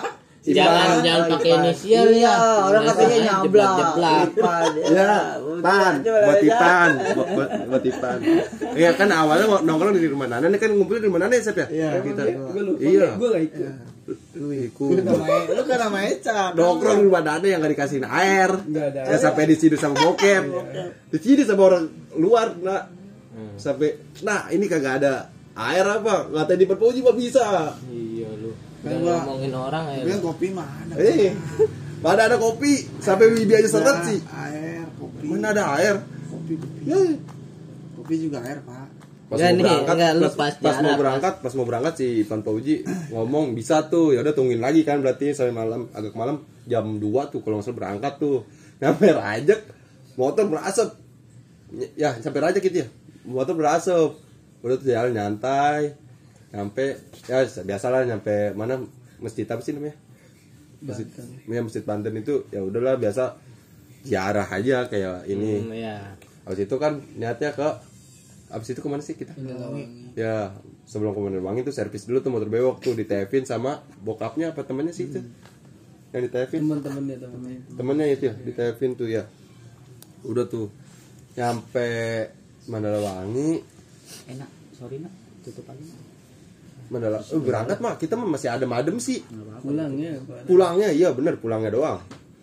Jangan jangan pakai inisial Iya, ya. orang katanya Jeblak, nyablak. jeblak. Ya, Pan, buat Ipan, buat buat, buat Ipan. Iya kan awalnya mau nongkrong di rumah Nana, ini kan ngumpulin di rumah Nana ya, Sep ya? Iya. Kita. Gue lupa. Iya. Gue gak ikut. Lu ikut. Namanya- lu kan nama Eca. Nongkrong di rumah Nana yang gak dikasihin air. Nggak ada. Ya, sampai diciduk sama bokep. Diciduk sama orang luar, nah. Sampai, nah ini kagak ada air apa? Ngatain di Perpoji mah bisa. Iya lu. Kan Jangan gua- ngomongin orang ya. Tapi kan kopi mah ada. Eh, mana ada kopi? Sampai Wibi aja seret Nah, sih. Air, kopi. Mana ada air? Kopi, kopi. Ya. Kopi juga air, Pak. Pas Nggak mau nih, berangkat, nggak, lu pas, pas pas mau jarak, berangkat, pas mau berangkat si Ipan Pauji ngomong bisa tuh, ya udah tungguin lagi kan berarti sampai malam, agak malam jam dua tuh kalau nggak salah berangkat tuh. Nyampe Rajak, motor berasap. Ya, sampai Rajak gitu ya. Motor berasap. Udah tuh jalan nyantai. Nyampe ya biasalah nyampe mana masjid apa sih namanya? Masjid, ya, masjid Banten itu ya udahlah biasa ziarah aja kayak ini. Hmm, ya. Habis itu kan niatnya ke habis itu kemana sih kita? Ya sebelum ke Wangi tuh servis dulu tuh motor bewok tuh ditevin sama bokapnya apa temannya sih itu? Yang ditevin Teman-temannya temannya. temannya itu ya ditevin tuh ya. Udah tuh nyampe Mandalawangi. Enak, sorry nak, tutup aja. Mandala, oh, berangkat mah kita mah masih adem-adem sih. Pulangnya Pak. Pulangnya iya bener pulangnya doang.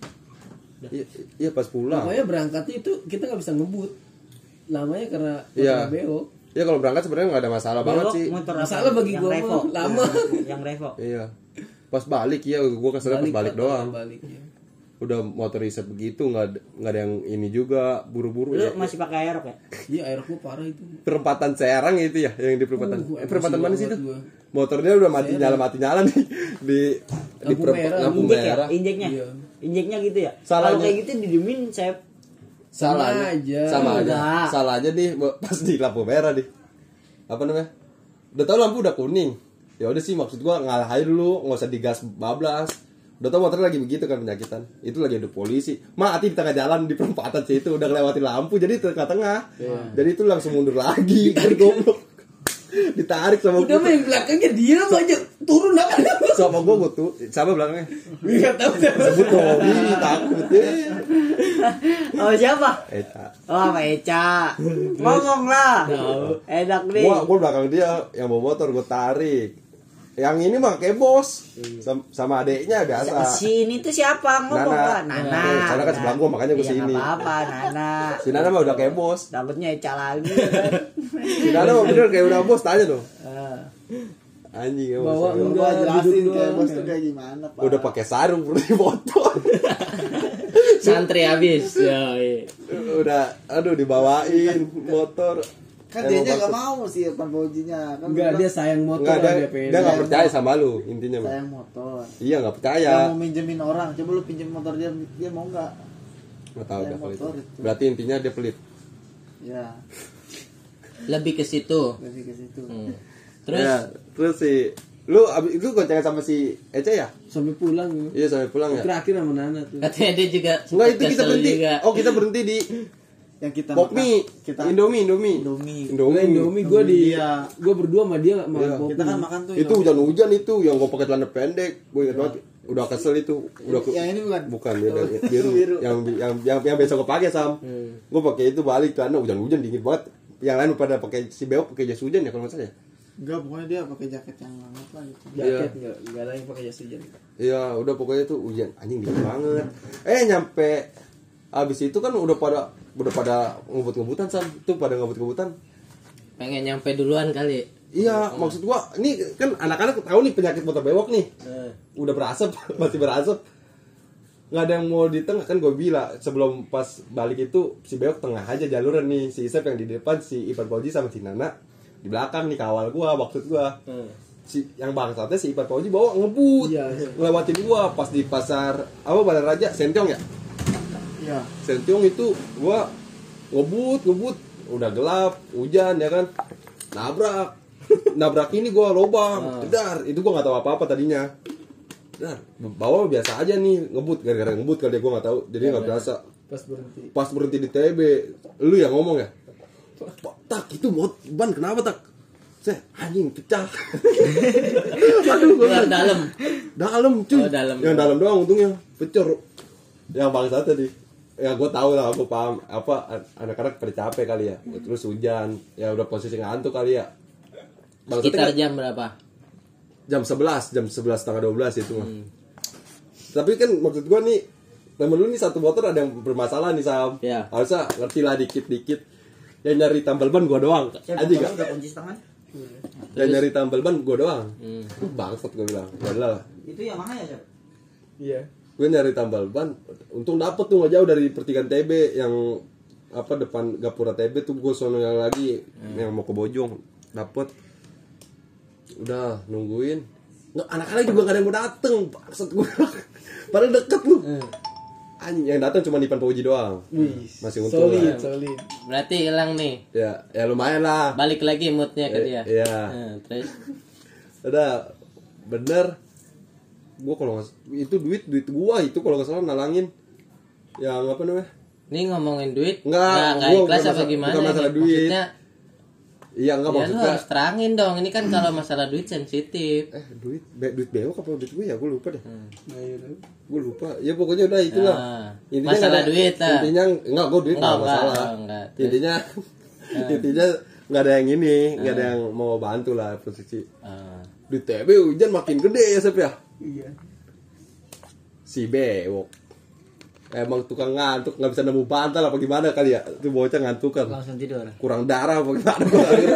Iya, iya pas pulang. Pokoknya berangkatnya itu kita nggak bisa ngebut. Lamanya karena Iya. motor bewok. Iya kalau berangkat sebenarnya nggak ada masalah banget Belok sih. motor Masalah apa? bagi Yang gua Revo. mah, lama. Yang Revo. Iya. Pas balik ya gua keselnya pas balik Pak, doang. Balik, ya. Udah motor riset begitu nggak ada- nggak ada yang ini juga buru-buru Lu ya. masih pakai aerok ya? Iya air gua parah itu. Perempatan Serang itu ya yang di perempatan. Uh, eh, perempatan emosi mana sih itu? banget gua. Motornya udah mati nyala mati nyala nih di di Lampu perempat- merah. lampu Injek ya? merah. Injeknya? Iya. Injeknya gitu ya? Salahnya- Kalau kayak gitu didiemin saya Sama Salahnya- aja. Sama aja. Enggak. Salahnya nih pas di lampu merah nih. Apa namanya? Udah tahu lampu udah kuning. Ya udah sih maksud gua ngalah aja dulu, nggak usah digas bablas. Udah tau motornya lagi begitu kan penyakitan. Itu lagi ada polisi. Ma, hati di tengah jalan di perempatan situ udah ngelewatin lampu jadi tengah-tengah. Jadi itu langsung mundur lagi. Kan goblok. Ditarik sama Udah gua. main belakangnya dia aja turun apa? Sama gua gua tuh sama belakangnya. Enggak tahu. Sebut dong, ih, takut ya. Oh siapa? Eta. Oh sama Eca. Ngomong lah. Enak nih. Gua gua belakang dia yang bawa motor gua tarik. Yang ini mah kayak bos. Sam- Sama adeknya biasa. Si ini tuh siapa ngomong lah? Nana. Nana. Eh, karena kan sebelah gua, makanya gua Iya, sini. nggak apa-apa, Nana. Si Nana mah udah kayak bos. Dapatnya Eca lagi kan. Si Nana mah bener kayak udah bos, tanya dong. Eh, Anjing ya Bawa bos. enggak Gua jelasin duduk kayak doang. bos tuh kayak gimana, Pak. Udah pakai sarung perlu di motor. Santri habis. Ya, iya. Udah aduh dibawain motor. Kan Emang dia nggak maksud- mau sih Pan Bojinya. Kan Enggak gua dia sayang motor Enggak, dia, dia pengen. dia gak percaya sama lu intinya mah. sayang motor. Iya gak percaya. Dia mau minjemin orang, coba lu pinjem motor dia, dia mau nggak? Gak tahu Sayang dah kalau itu. motor itu. Berarti intinya dia pelit. Ya, Lebih ke situ. lebih ke situ. Hmm. Terus Ya, terus si lu abis itu goncengan sama si Ece ya? Sampai pulang. Iya sampai pulang ya. Terakhir sama Nana tuh. katanya dia juga Enggak itu kita kesel berhenti. juga. Oh kita berhenti di Yang kita Pokmi, makan, kita Indomie, Indomie, Indomie. Indomie, Indomie gue di Iya. gue berdua sama dia makan Iya. kopi. Kita kan makan tuh. Itu Indomie. hujan-hujan itu yang gue pakai celana pendek, gue ingat banget. Udah kesel itu, udah ke, Yang ini bukan? bukan beda, biru, Biru. yang yang yang yang besok gue pakai sam. Gue pakai itu balik karena hujan-hujan dingin banget. Yang lain pada pakai si bewok pakai jas hujan ya kalau nggak salah ya. Enggak, pokoknya dia pakai jaket yang hangat lah gitu. Jaket enggak enggak ada yang pakai jas hujan. Iya, udah pokoknya itu hujan anjing dingin banget. Eh nyampe abis itu kan udah pada udah pada ngebut-ngebutan sam, tuh pada ngebut-ngebutan. Pengen nyampe duluan kali. Iya, maksud gua ini kan anak-anak tahu nih penyakit motor bewok nih. Udah berasap, masih berasap. Nggak ada yang mau di tengah kan gue bilang sebelum pas balik itu si bewok tengah aja jaluran nih, si Isep yang di depan, si Ipan Fauji sama si Nana di belakang nih kawal gua, maksud gua. Si yang bangsatnya si Ipan Fauji bawa ngebut. Iya, iya. Ngelewatin gua pas di pasar apa Bandar Raja, Sentiong ya? Iya. Sentiong itu gua ngebut ngebut udah gelap hujan ya kan nabrak nabrak ini gua lobang jedar itu gua nggak tahu apa apa tadinya dar bawa biasa aja nih ngebut gara-gara ngebut kali ya gua nggak tahu jadi nggak berasa Pas berhenti. pas berhenti di T B lu yang ngomong ya Pak, tak itu mot ban kenapa tak saya anjing pecah aduh gua Keluar dalam. dalam cuy. Oh, dalam. Yang dalam doang untungnya. Pecor. Yang bangsat tadi. Ya gue tahu lah, aku paham apa anak-anak pada capek kali ya. Terus hujan, ya udah posisi ngantuk kali ya. Sekitar Bangsatnya jam berapa? jam sebelas, jam sebelas setengah dua belas itu mah. Hmm. Tapi kan maksud gue nih, temen lu nih satu motor ada yang bermasalah nih Sam. Ya. Harusnya ngerti lah dikit-dikit. Yang nyari tambal ban gue doang. Saya Aja gak? udah kunci setengah. Yang nyari tambal ban gue doang. Hmm. Bangsat gue bilang. Yalah. Itu Yamaha ya, Sob? Iya. Gue nyari tambal ban, untung dapet tuh nggak jauh dari pertigaan T B yang apa depan Gapura T B tuh gue sononya lagi hmm. yang mau ke Bojong dapet. Udah nungguin. Nggak, anak-anak juga gak ada yang mau dateng. Bangsat gue. Padahal deket lu. Hmm. Anjing yang datang cuma Ipan Pauji doang. Wih, masih untung. solid, lah. solid. Berarti hilang nih. Ya, ya lumayan lah. Balik lagi moodnya ke dia. Iya. Nah, terus Udah bener. Gue kalau nggak itu duit duit gua itu kalau nggak salah nalangin yang apa namanya? ini ngomongin duit Nggak, nggak gua ikhlas bukan apa masalah- gimana? bukan masalah nih? duit. Maksudnya Iya nggak ya lu maksudnya. harus terangin dong. Ini kan kalau masalah duit sensitif. Eh duit be, duit bewok apa duit gue ya gue lupa deh. Hmm. Nah, iya, iya. Gue lupa. Ya pokoknya udah itulah. Nah, Intinya masalah nggak ada- duit lah. Intinya enggak gue duit Enggak, nggak enggak, masalah. enggak. Terus? Intinya intinya nggak ada yang ini, nggak ada yang mau bantu lah posisi. Ah. Di T B hujan makin gede ya Sep ya. Iya. Si bewok. Emang tukang ngantuk nggak bisa nemu bantal apa gimana kali ya? Itu bocah ngantukan. Langsung tidur. Kurang darah apa gimana?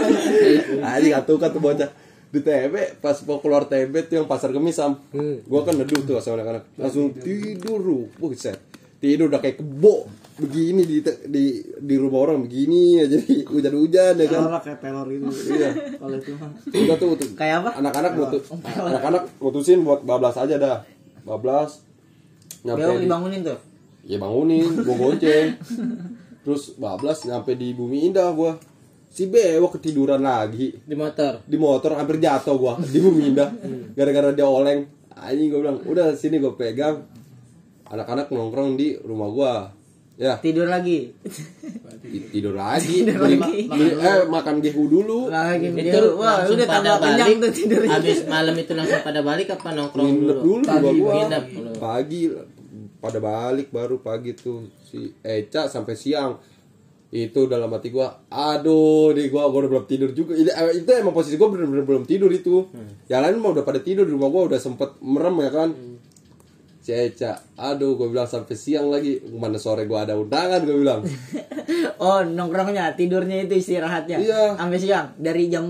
Aja ngantukan tuh bocah. Di T B pas mau keluar T B tuh yang pasar Kemis Sam. Hmm. Gua kan neduh tuh sama anak-anak. Langsung tidur lu. Buset. Tidur udah kayak kebo. Begini di di di rumah orang begini aja jadi hujan-hujan ya kan. Kalau kayak pelor itu. Iya. Kalau itu mah. Udah tuh, tuh. Kayak apa? Anak-anak mutu, anak-anak mutusin buat bablas aja dah. Bablas. Nyampe Bewok di, dibangunin tuh. ya bangunin, gua gonceng. Terus bablas nyampe di Bumi Indah gua. Si bewok ketiduran lagi Di motor. di motor, hampir jatuh gua di Bumi Indah. Gara-gara dia oleng. Anjing gua bilang, "Udah sini gua pegang." Anak-anak nongkrong di rumah gua. Ya, Tidur lagi. ti- tidur lagi. Tidur Beli- lagi. beli- eh makan gehu dulu. Lagi Itu dia. Wah, langsung udah pada tambah kenyang balik. tuh tidurnya. Habis malam itu langsung pada balik apa nongkrong Nginep dulu? dulu di rumah gua. Nginep dulu. Pagi pada balik baru pagi tuh si Eca sampai siang. Itu dalam hati gua, aduh, nih gua gua udah belum tidur juga. Itu, eh, itu emang posisi gua bener-bener belum tidur itu. Hmm. Yang lain mah udah pada tidur di rumah gua udah sempet merem ya kan. Si Eca, aduh gua bilang sampai siang lagi. Mana sore gua ada undangan gua bilang. Oh, nongkrongnya, tidurnya itu istirahatnya. Iya. Sampai siang dari jam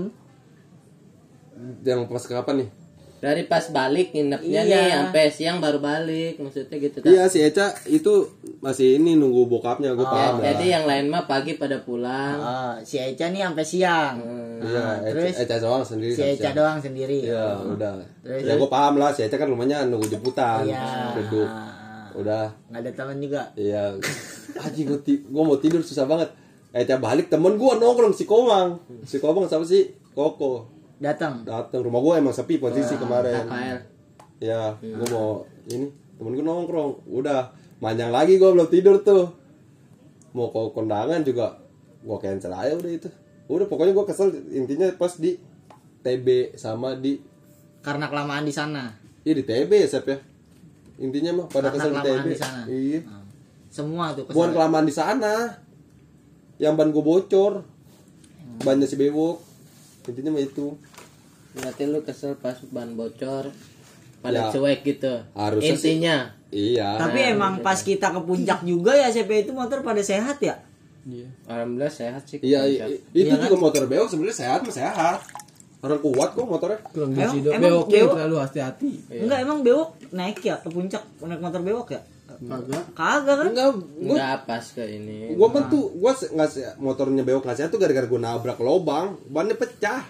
Yang pas kapan nih? Dari pas balik nginepnya Iya. nih sampai siang baru balik. Maksudnya gitu tak? Iya si Eca itu masih ini nunggu bokapnya gua Ya, paham lah. jadi yang lain mah pagi pada pulang. oh, si Eca nih sampai siang. Iya, Ah, Eca, terus Eca doang sendiri. si sampai Eca siang. doang sendiri. Iya, udah. Terus? Ya gue paham lah, si Eca kan rumahnya nunggu jemputan. Iya. Duduk. Udah. Nggak ada teman juga. Iya. Haji gue ti- gue mau tidur susah banget. Eca balik temen gue nongkrong si Komang. Si Komang sama si Koko. Datang. Datang rumah gue emang sepi posisi kemarin. K K L. Ya, gue mau ini temen gue nongkrong. Udah, manjang lagi gue belum tidur tuh. Mau ke kondangan juga gue cancel aja udah itu. Udah pokoknya gue kesel intinya pas di T B sama di Karena kelamaan di sana. iya di T B ya Sep ya. Intinya mah pada Karena kesel di T kelamaan B. di sana. Iya. Nah, semua tuh kesana. Bukan kelamaan di sana. Yang ban gue bocor. Bannya si Bewok. Intinya mah itu. Berarti lu kesel pas ban bocor pada Ya. cuek gitu. Harusnya sih. Intinya. Iya. Tapi emang pas kita ke puncak juga ya C P itu motor pada sehat ya. Iya. Alhamdulillah sehat sih. Iya, ke i- puncak. i- itu Iya juga motor Bewok sebenarnya sehat mah sehat. Orang kuat kok motornya. Kurang Emang- gizi dong. emang Bewoknya bewok- terlalu hati-hati. Enggak emang bewok naik ya ke puncak naik motor bewok ya? Kagak. Kagak kan? Enggak, gua Enggak pas ke ini. gua kan tuh gua se- nggak se- motornya Bewok nggak sehat tuh gara-gara gua nabrak lobang, bannya pecah.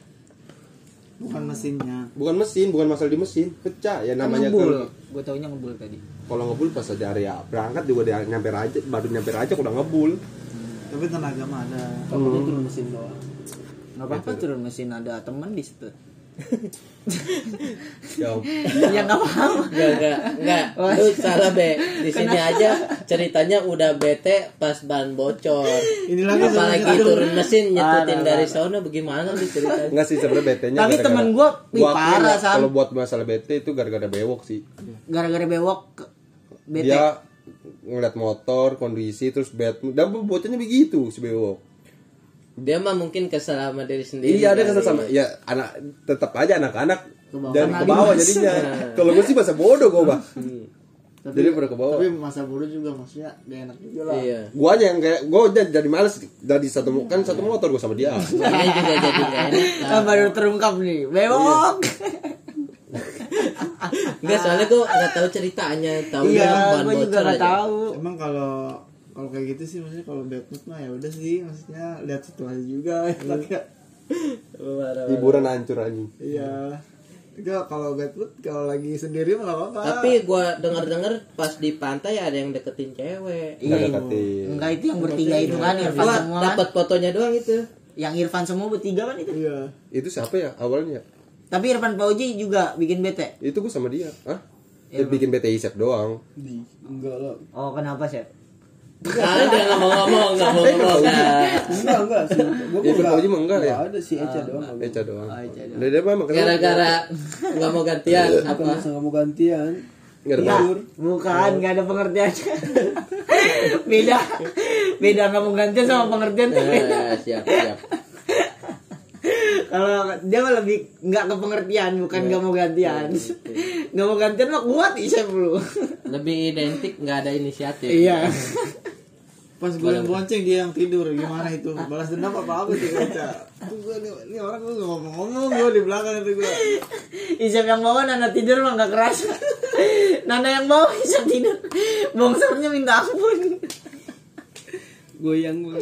Bukan mesinnya. Bukan mesin, bukan masalah di mesin, pecah. Ya Kan namanya ngebul. kalau Gue taunya ngebul tadi. kalau ngebul pas aja area berangkat juga dia nyampe aja, baru nyampe aja udah ngebul. Tapi tenaga mah ada. Takutnya turun mesin doang. Nggak apa-apa turun mesin ada temen di situ. Ya, Ya nggak paham. Enggak, enggak, enggak. Lu salah, Be. Di sini aja ceritanya udah bete pas ban bocor. Ini lagi Apalagi sebenarnya. turun mesin nyetutin Ada, dari ada. sono bagaimana nih ceritanya? enggak sih sebenarnya betenya. Tapi gara-gara- temen gua, wih, Gua akuin parah, ya, Sam. kalau buat masalah bete itu gara-gara bewok sih. Gara-gara bewok ke- bete. Dia ngeliat motor, kondisi terus bet dan bocahnya begitu si bewok. Dia mah mungkin kesel sama diri sendiri. Iya, ada kali. kesel sama ya anak tetap aja anak-anak Kebawa. dan Karena ke bawah dimas. jadinya. Kalau gue sih masa bodoh gue, Bah. Tapi, Jadi pada ke bawah. Tapi masa bodoh juga maksudnya gak enak juga lah. Iya. Gua aja yang kayak gua udah jadi males dari satu kan satu motor gua sama dia. Ini juga jadi gak enak. Ah, baru terungkap nih. Bewok. Enggak, soalnya gue nggak tahu ceritanya. Tahu Iya, ban gua juga bocor nggak aja. tahu. Emang kalau kalau kayak gitu sih maksudnya kalau bad mood mah ya udah sih maksudnya lihat situasi juga ya. Hiburan hancur anjing. Iya. Enggak kalau bad mood kalau lagi sendiri mah gak apa-apa. Tapi gue dengar-dengar pas di pantai ada yang deketin cewek. Enggak Iya. deketin. Enggak, itu yang bertiga itu kan Irfan Gua semua. kan? dapat fotonya doang itu. Yang Irfan semua bertiga kan itu. Iya. Itu siapa ya awalnya? Tapi Irfan Pauji juga bikin bete. Itu gua sama dia. Hah? Dia bikin B T I set doang. Enggak lah. Oh, kenapa sih? Kalian udah nggak mau ngomong, nggak mau ngomong. Nah, Enggak, enggak sih. Gua Itu Fauji mah enggak ya? ada sih Eca doang. Eca doang. Oh, Eca doang. Dia dia memang kenapa? gara-gara nggak mau gantian Apa apa? masa nggak mau gantian? Enggak ada. Enggak, bukan, enggak ada pengertiannya. Beda. Beda nggak mau gantian sama pengertian tuh beda. Eh, siap, siap. Kalau dia mah lebih nggak ke pengertian, bukan nggak mau gantian. Nggak mau gantian mah kuat Isep lu. Lebih identik nggak ada inisiatif. Iya. Pas gue yang bonceng dia yang tidur gimana itu balas dendam apa apa tuh kaca. Tuh gue nih, ini orang gue ngomong-ngomong gue di belakang itu gue. Isep yang bawa Nana tidur mah nggak kerasa. Nana yang bawa Isep tidur. Bongsornya minta ampun. Goyang gue.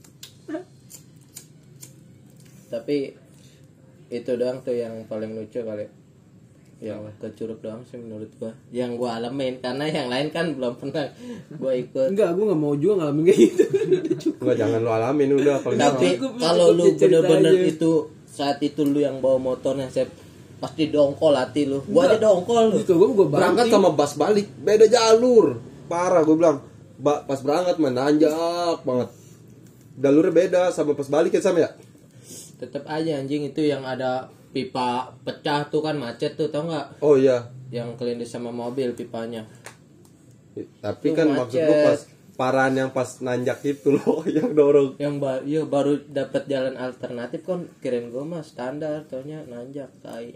Tapi itu doang tuh yang paling lucu kali. Yang ke Curug doang sih menurut gua. Yang gua alamin karena yang lain kan belum pernah gua ikut. Enggak, gue nggak mau juga ngalamin kayak gitu. Enggak, jangan lu alamin udah kalau Tapi Gua bisa kalau lu cerita bener-bener aja. itu saat itu lu yang bawa motornya Sep, pasti dongkol hati lu. Gua aja dongkol lu. Itu gue gue berangkat sama bus balik beda jalur. Parah gue bilang. Ba- pas berangkat mah nanjak banget. Jalurnya beda sama pas balik ya Sam ya? Tetep aja anjing itu yang ada pipa pecah tuh kan macet tuh tau nggak? Oh iya. Yang kelindis sama mobil pipanya. Tapi Itu kan macet. maksud gue pas parahan yang pas nanjak itu loh yang dorong. Yang baru, iya baru dapat jalan alternatif kan kirain gua mah standar, taunya nanjak tai.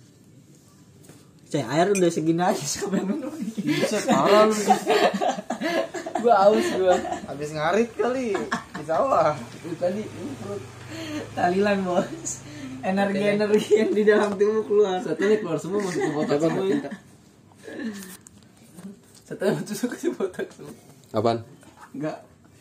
Saya air udah segini aja sampai minum. bisa parah lu. Gue aus gue. Habis ngarit kali di sawah. Tadi ini perut. Talilan bos. Energi-energi yang di dalam tubuh keluar. Setelahnya keluar semua masuk ke otak semua. Ya. Setelahnya masuk ke otak semua. Apaan? Enggak.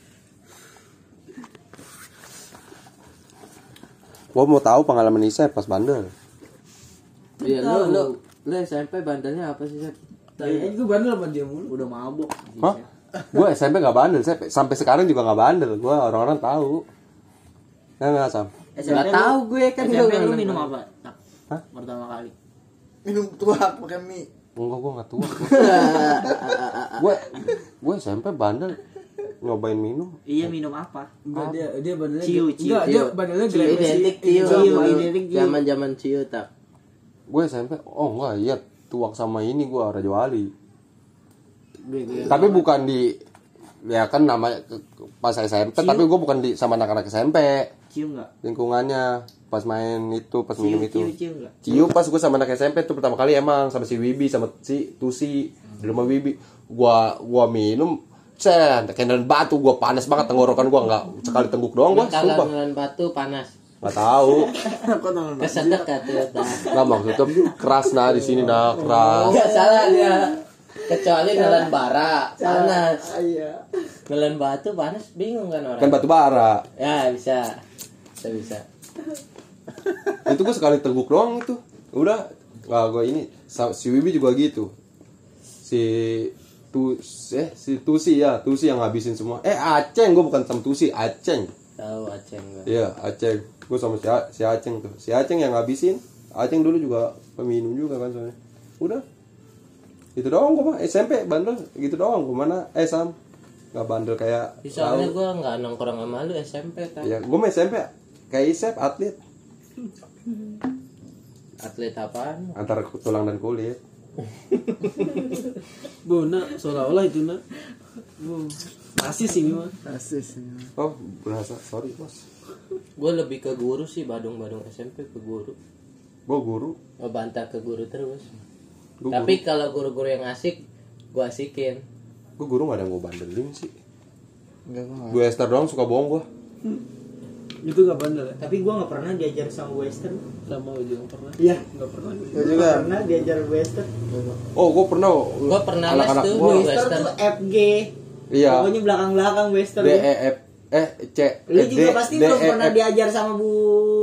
Gua mau tahu pengalaman Isa pas bandel. Iya lu lu lu S M P bandelnya apa sih Sep? Tadi gue bandel sama dia mulu. Udah mabok. Hah? Gue S M P gak bandel, saya sampai sekarang juga gak bandel. Gue orang-orang tahu. Nah, nggak Sam. Nggak tahu gue kan S M P gua lu nggak minum tahu. apa? Tak, Hah? pertama kali. Minum tuak pakai mie. Enggak, gue gak tua. Gue gue S M P bandel nyobain minum. Iya, minum apa? Enggak, dia dia bandelnya. Ciu, ciu, Enggak, dia bandelnya Ciu grab identik ciu. Ciu, identik ciu. Zaman-zaman ciu tak. Gue S M P, oh enggak, iya tuak sama ini gue Raja Wali. Tapi bukan di ya kan namanya ke- ke- pas S M P, tapi gue bukan di sama anak-anak S M P. Cium enggak? Lingkungannya pas main itu, pas Cium, minum itu. cium, cium enggak? Cium pas gue sama anak S M P tuh pertama kali emang sama si Wibi sama si Tusi di rumah Wibi. Gua gua minum, cen, kayak batu, gua panas banget tenggorokan gua enggak sekali tengguk doang gua, Kalau sumpah. nelan batu panas. Enggak tahu. Kesedek tuh tak. Enggak maksudnya keras nah di sini nah keras. Enggak salah dia. Kecuali nelan bara panas. Iya. Nelan batu panas bingung kan orang. Kan batu bara. Ya bisa. Bisa bisa. Itu gua sekali tengguk doang itu. Udah, enggak gua ini sa- si Wibi juga gitu. Si tu eh si Tusi ya, Tusi yang ngabisin semua. Eh Aceng, gua bukan sama Tusi, Aceng. Tahu Aceng gua. Iya, Aceng. Gue sama si, A- si Aceng tuh. Si Aceng yang ngabisin. Aceng dulu juga peminum juga kan soalnya. Udah. Itu doang gua mah S M P bandel gitu doang. Gua mana eh Sam nggak bandel kayak Soalnya tahu. gue nggak nongkrong sama lu S M P kan. Ya, gua mah S M P kayak Isep atlet Atlet apaan? antara tulang dan kulit. Bu, nak seolah-olah itu nak. Bu, rasis ini mah. Rasis. Oh, berasa sorry bos. Gue lebih ke guru sih, Badung-badung S M P ke guru. Gua guru. Ngebantah ke guru terus. Gua Tapi kalau guru-guru yang asik, gue asikin. Gue guru gak ada yang gue bandelin sih. Enggak gua. Gue Esther doang suka bohong gue. Itu nggak bandel ya? Tapi gue nggak pernah diajar sama Western. Sama gue juga nggak pernah. Iya. Nggak pernah. gue. Gua juga. Pernah diajar Western. Oh gue pernah. Gue pernah les anak-anak tuh gua. di Western Western. tuh F G. Iya. Pokoknya belakang-belakang Western. D E F eh C Lu eh, juga D- pasti D belum E pernah F. diajar sama Bu.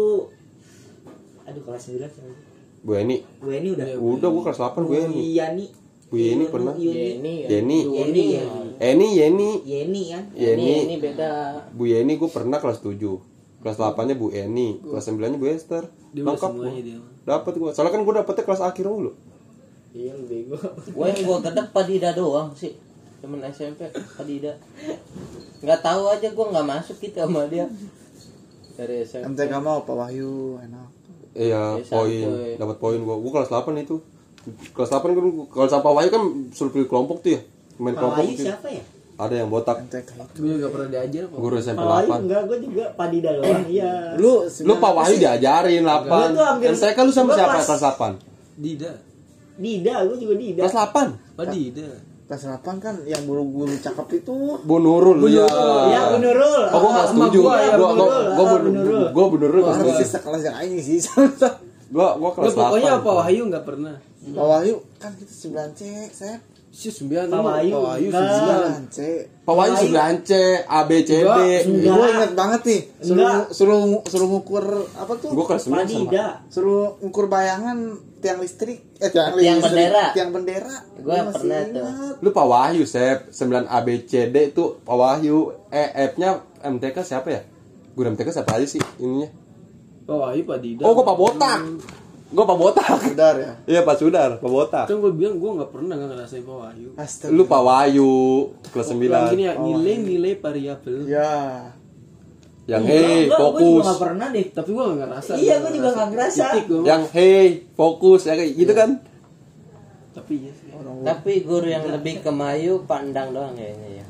Aduh kelas sembilan sama Bu. Bu Eni. Bu Eni udah. Udah gue kelas delapan Bu Eni. Yani. Bu Yeni pernah. Yeni, Yeni. Yeni, ya. Eni Yeni. Yeni kan. Yeni, Yeni. ini beda. Bu Yeni gue pernah kelas tujuh. Kelas delapannya Bu Eni, kelas sembilannya Bu Esther. Dia udah Lengkap semuanya gua. dia. Dapat gue. Soalnya kan gue dapetnya kelas akhir mulu. Iya lu bego. Gue yang gue kedep Padida doang sih. Temen S M P Padida. Nggak tahu aja gue nggak masuk gitu sama dia. Dari S M M P. T K mau Pak Wahyu enak. Iya, Ya, poin. santuy. Dapat poin gue. Gue kelas delapan itu. Kelas delapan kan kalau sama Wahyu kan suruh pilih kelompok tuh ya. Main Pak kelompok Wahyu tuh. siapa ya? Ada yang botak. M T K itu. Gue juga pernah diajar kok. Guru S M P Pak Wahyu delapan. enggak, gue juga Padida doang. Iya. Lu Lu Pak Wahyu diajarin delapan. Gua tuh hampir- M T K lu sama gua siapa pas- kelas delapan? Dida. Dida, gue juga Dida. Kelas delapan. Pak Dida. kelas delapan kan yang guru-guru cakep itu. Bu Nurul ya. Ya, Bu Nurul. Oh, gua kelas Sama tujuh. gua, ya, Gua Bu gua Nurul. gua Ah, Bu Bu Nurul. Gua Bu Nurul kelas Harus tujuh. sih sekelas yang aing sih. Gua gua Lu kelas pokoknya delapan. apa Wahyu nggak pernah. Pak Wahyu kan kita sembilan C, saya Si sembilan Pak lu, Wahyu, Pak Wahyu enggak. sembilan. sembilan C. Pak Wahyu sembilan C, A B C D. Enggak. Enggak. Gue inget banget nih, suruh Enggak. suruh suruh ngukur apa tuh? Gua kelas sembilan sama. Padida. Suruh ngukur bayangan tiang listrik, eh tiang, Tiang listrik, bendera. tiang bendera. Gua masih pernah tuh. ingat. Lu Pak Wahyu, Sep. sembilan A B C D itu Pak Wahyu. E F-nya M T K siapa ya? Guru M T K siapa aja sih ininya? Pak Wahyu, Pak Dida. Oh, gua Pak Botak. Gua Pak Botak. Sudar ya. Iya, Pak Sudar, Pak Botak. Kan gue bilang gue nggak pernah nggak ngerasain Pak Wahyu. Astaga. Lu Pak Wahyu kelas sembilan. Yang gini ya, nilai-nilai variabel. Ya. Yang Enggak, hey, enggak, Gua juga fokus. enggak pernah deh. Tapi gue nggak ngerasa. Iya, gua juga nggak ngerasa. Titik gua. Yang hey, fokus ya kayak gitu kan. Tapi iya sih. Tapi guru yang lebih ke Mayu pandang doang kayaknya ya.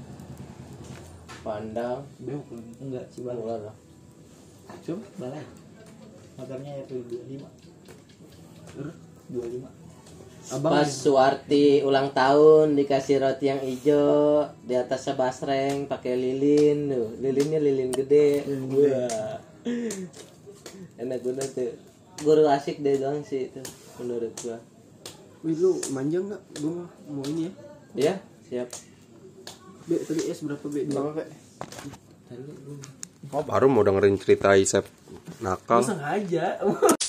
Pandang. Beok lagi. Enggak, sih Bang. Enggak lah. Coba. Balai. Motornya R dua puluh lima. dua puluh lima. Abang Pas Suwarti ulang tahun dikasih roti yang hijau di atasnya basreng pakai lilin tuh. Lilinnya lilin gede. Wah. Enak bener tuh. Guru asik deh doang sih itu menurut gua. Wih lu manjang nggak? Gue mah mau ini ya. Ya, siap. B tadi S berapa B? Berapa, Pak? Tadi gue Oh, baru mau dengerin cerita Isep nakal. sengaja.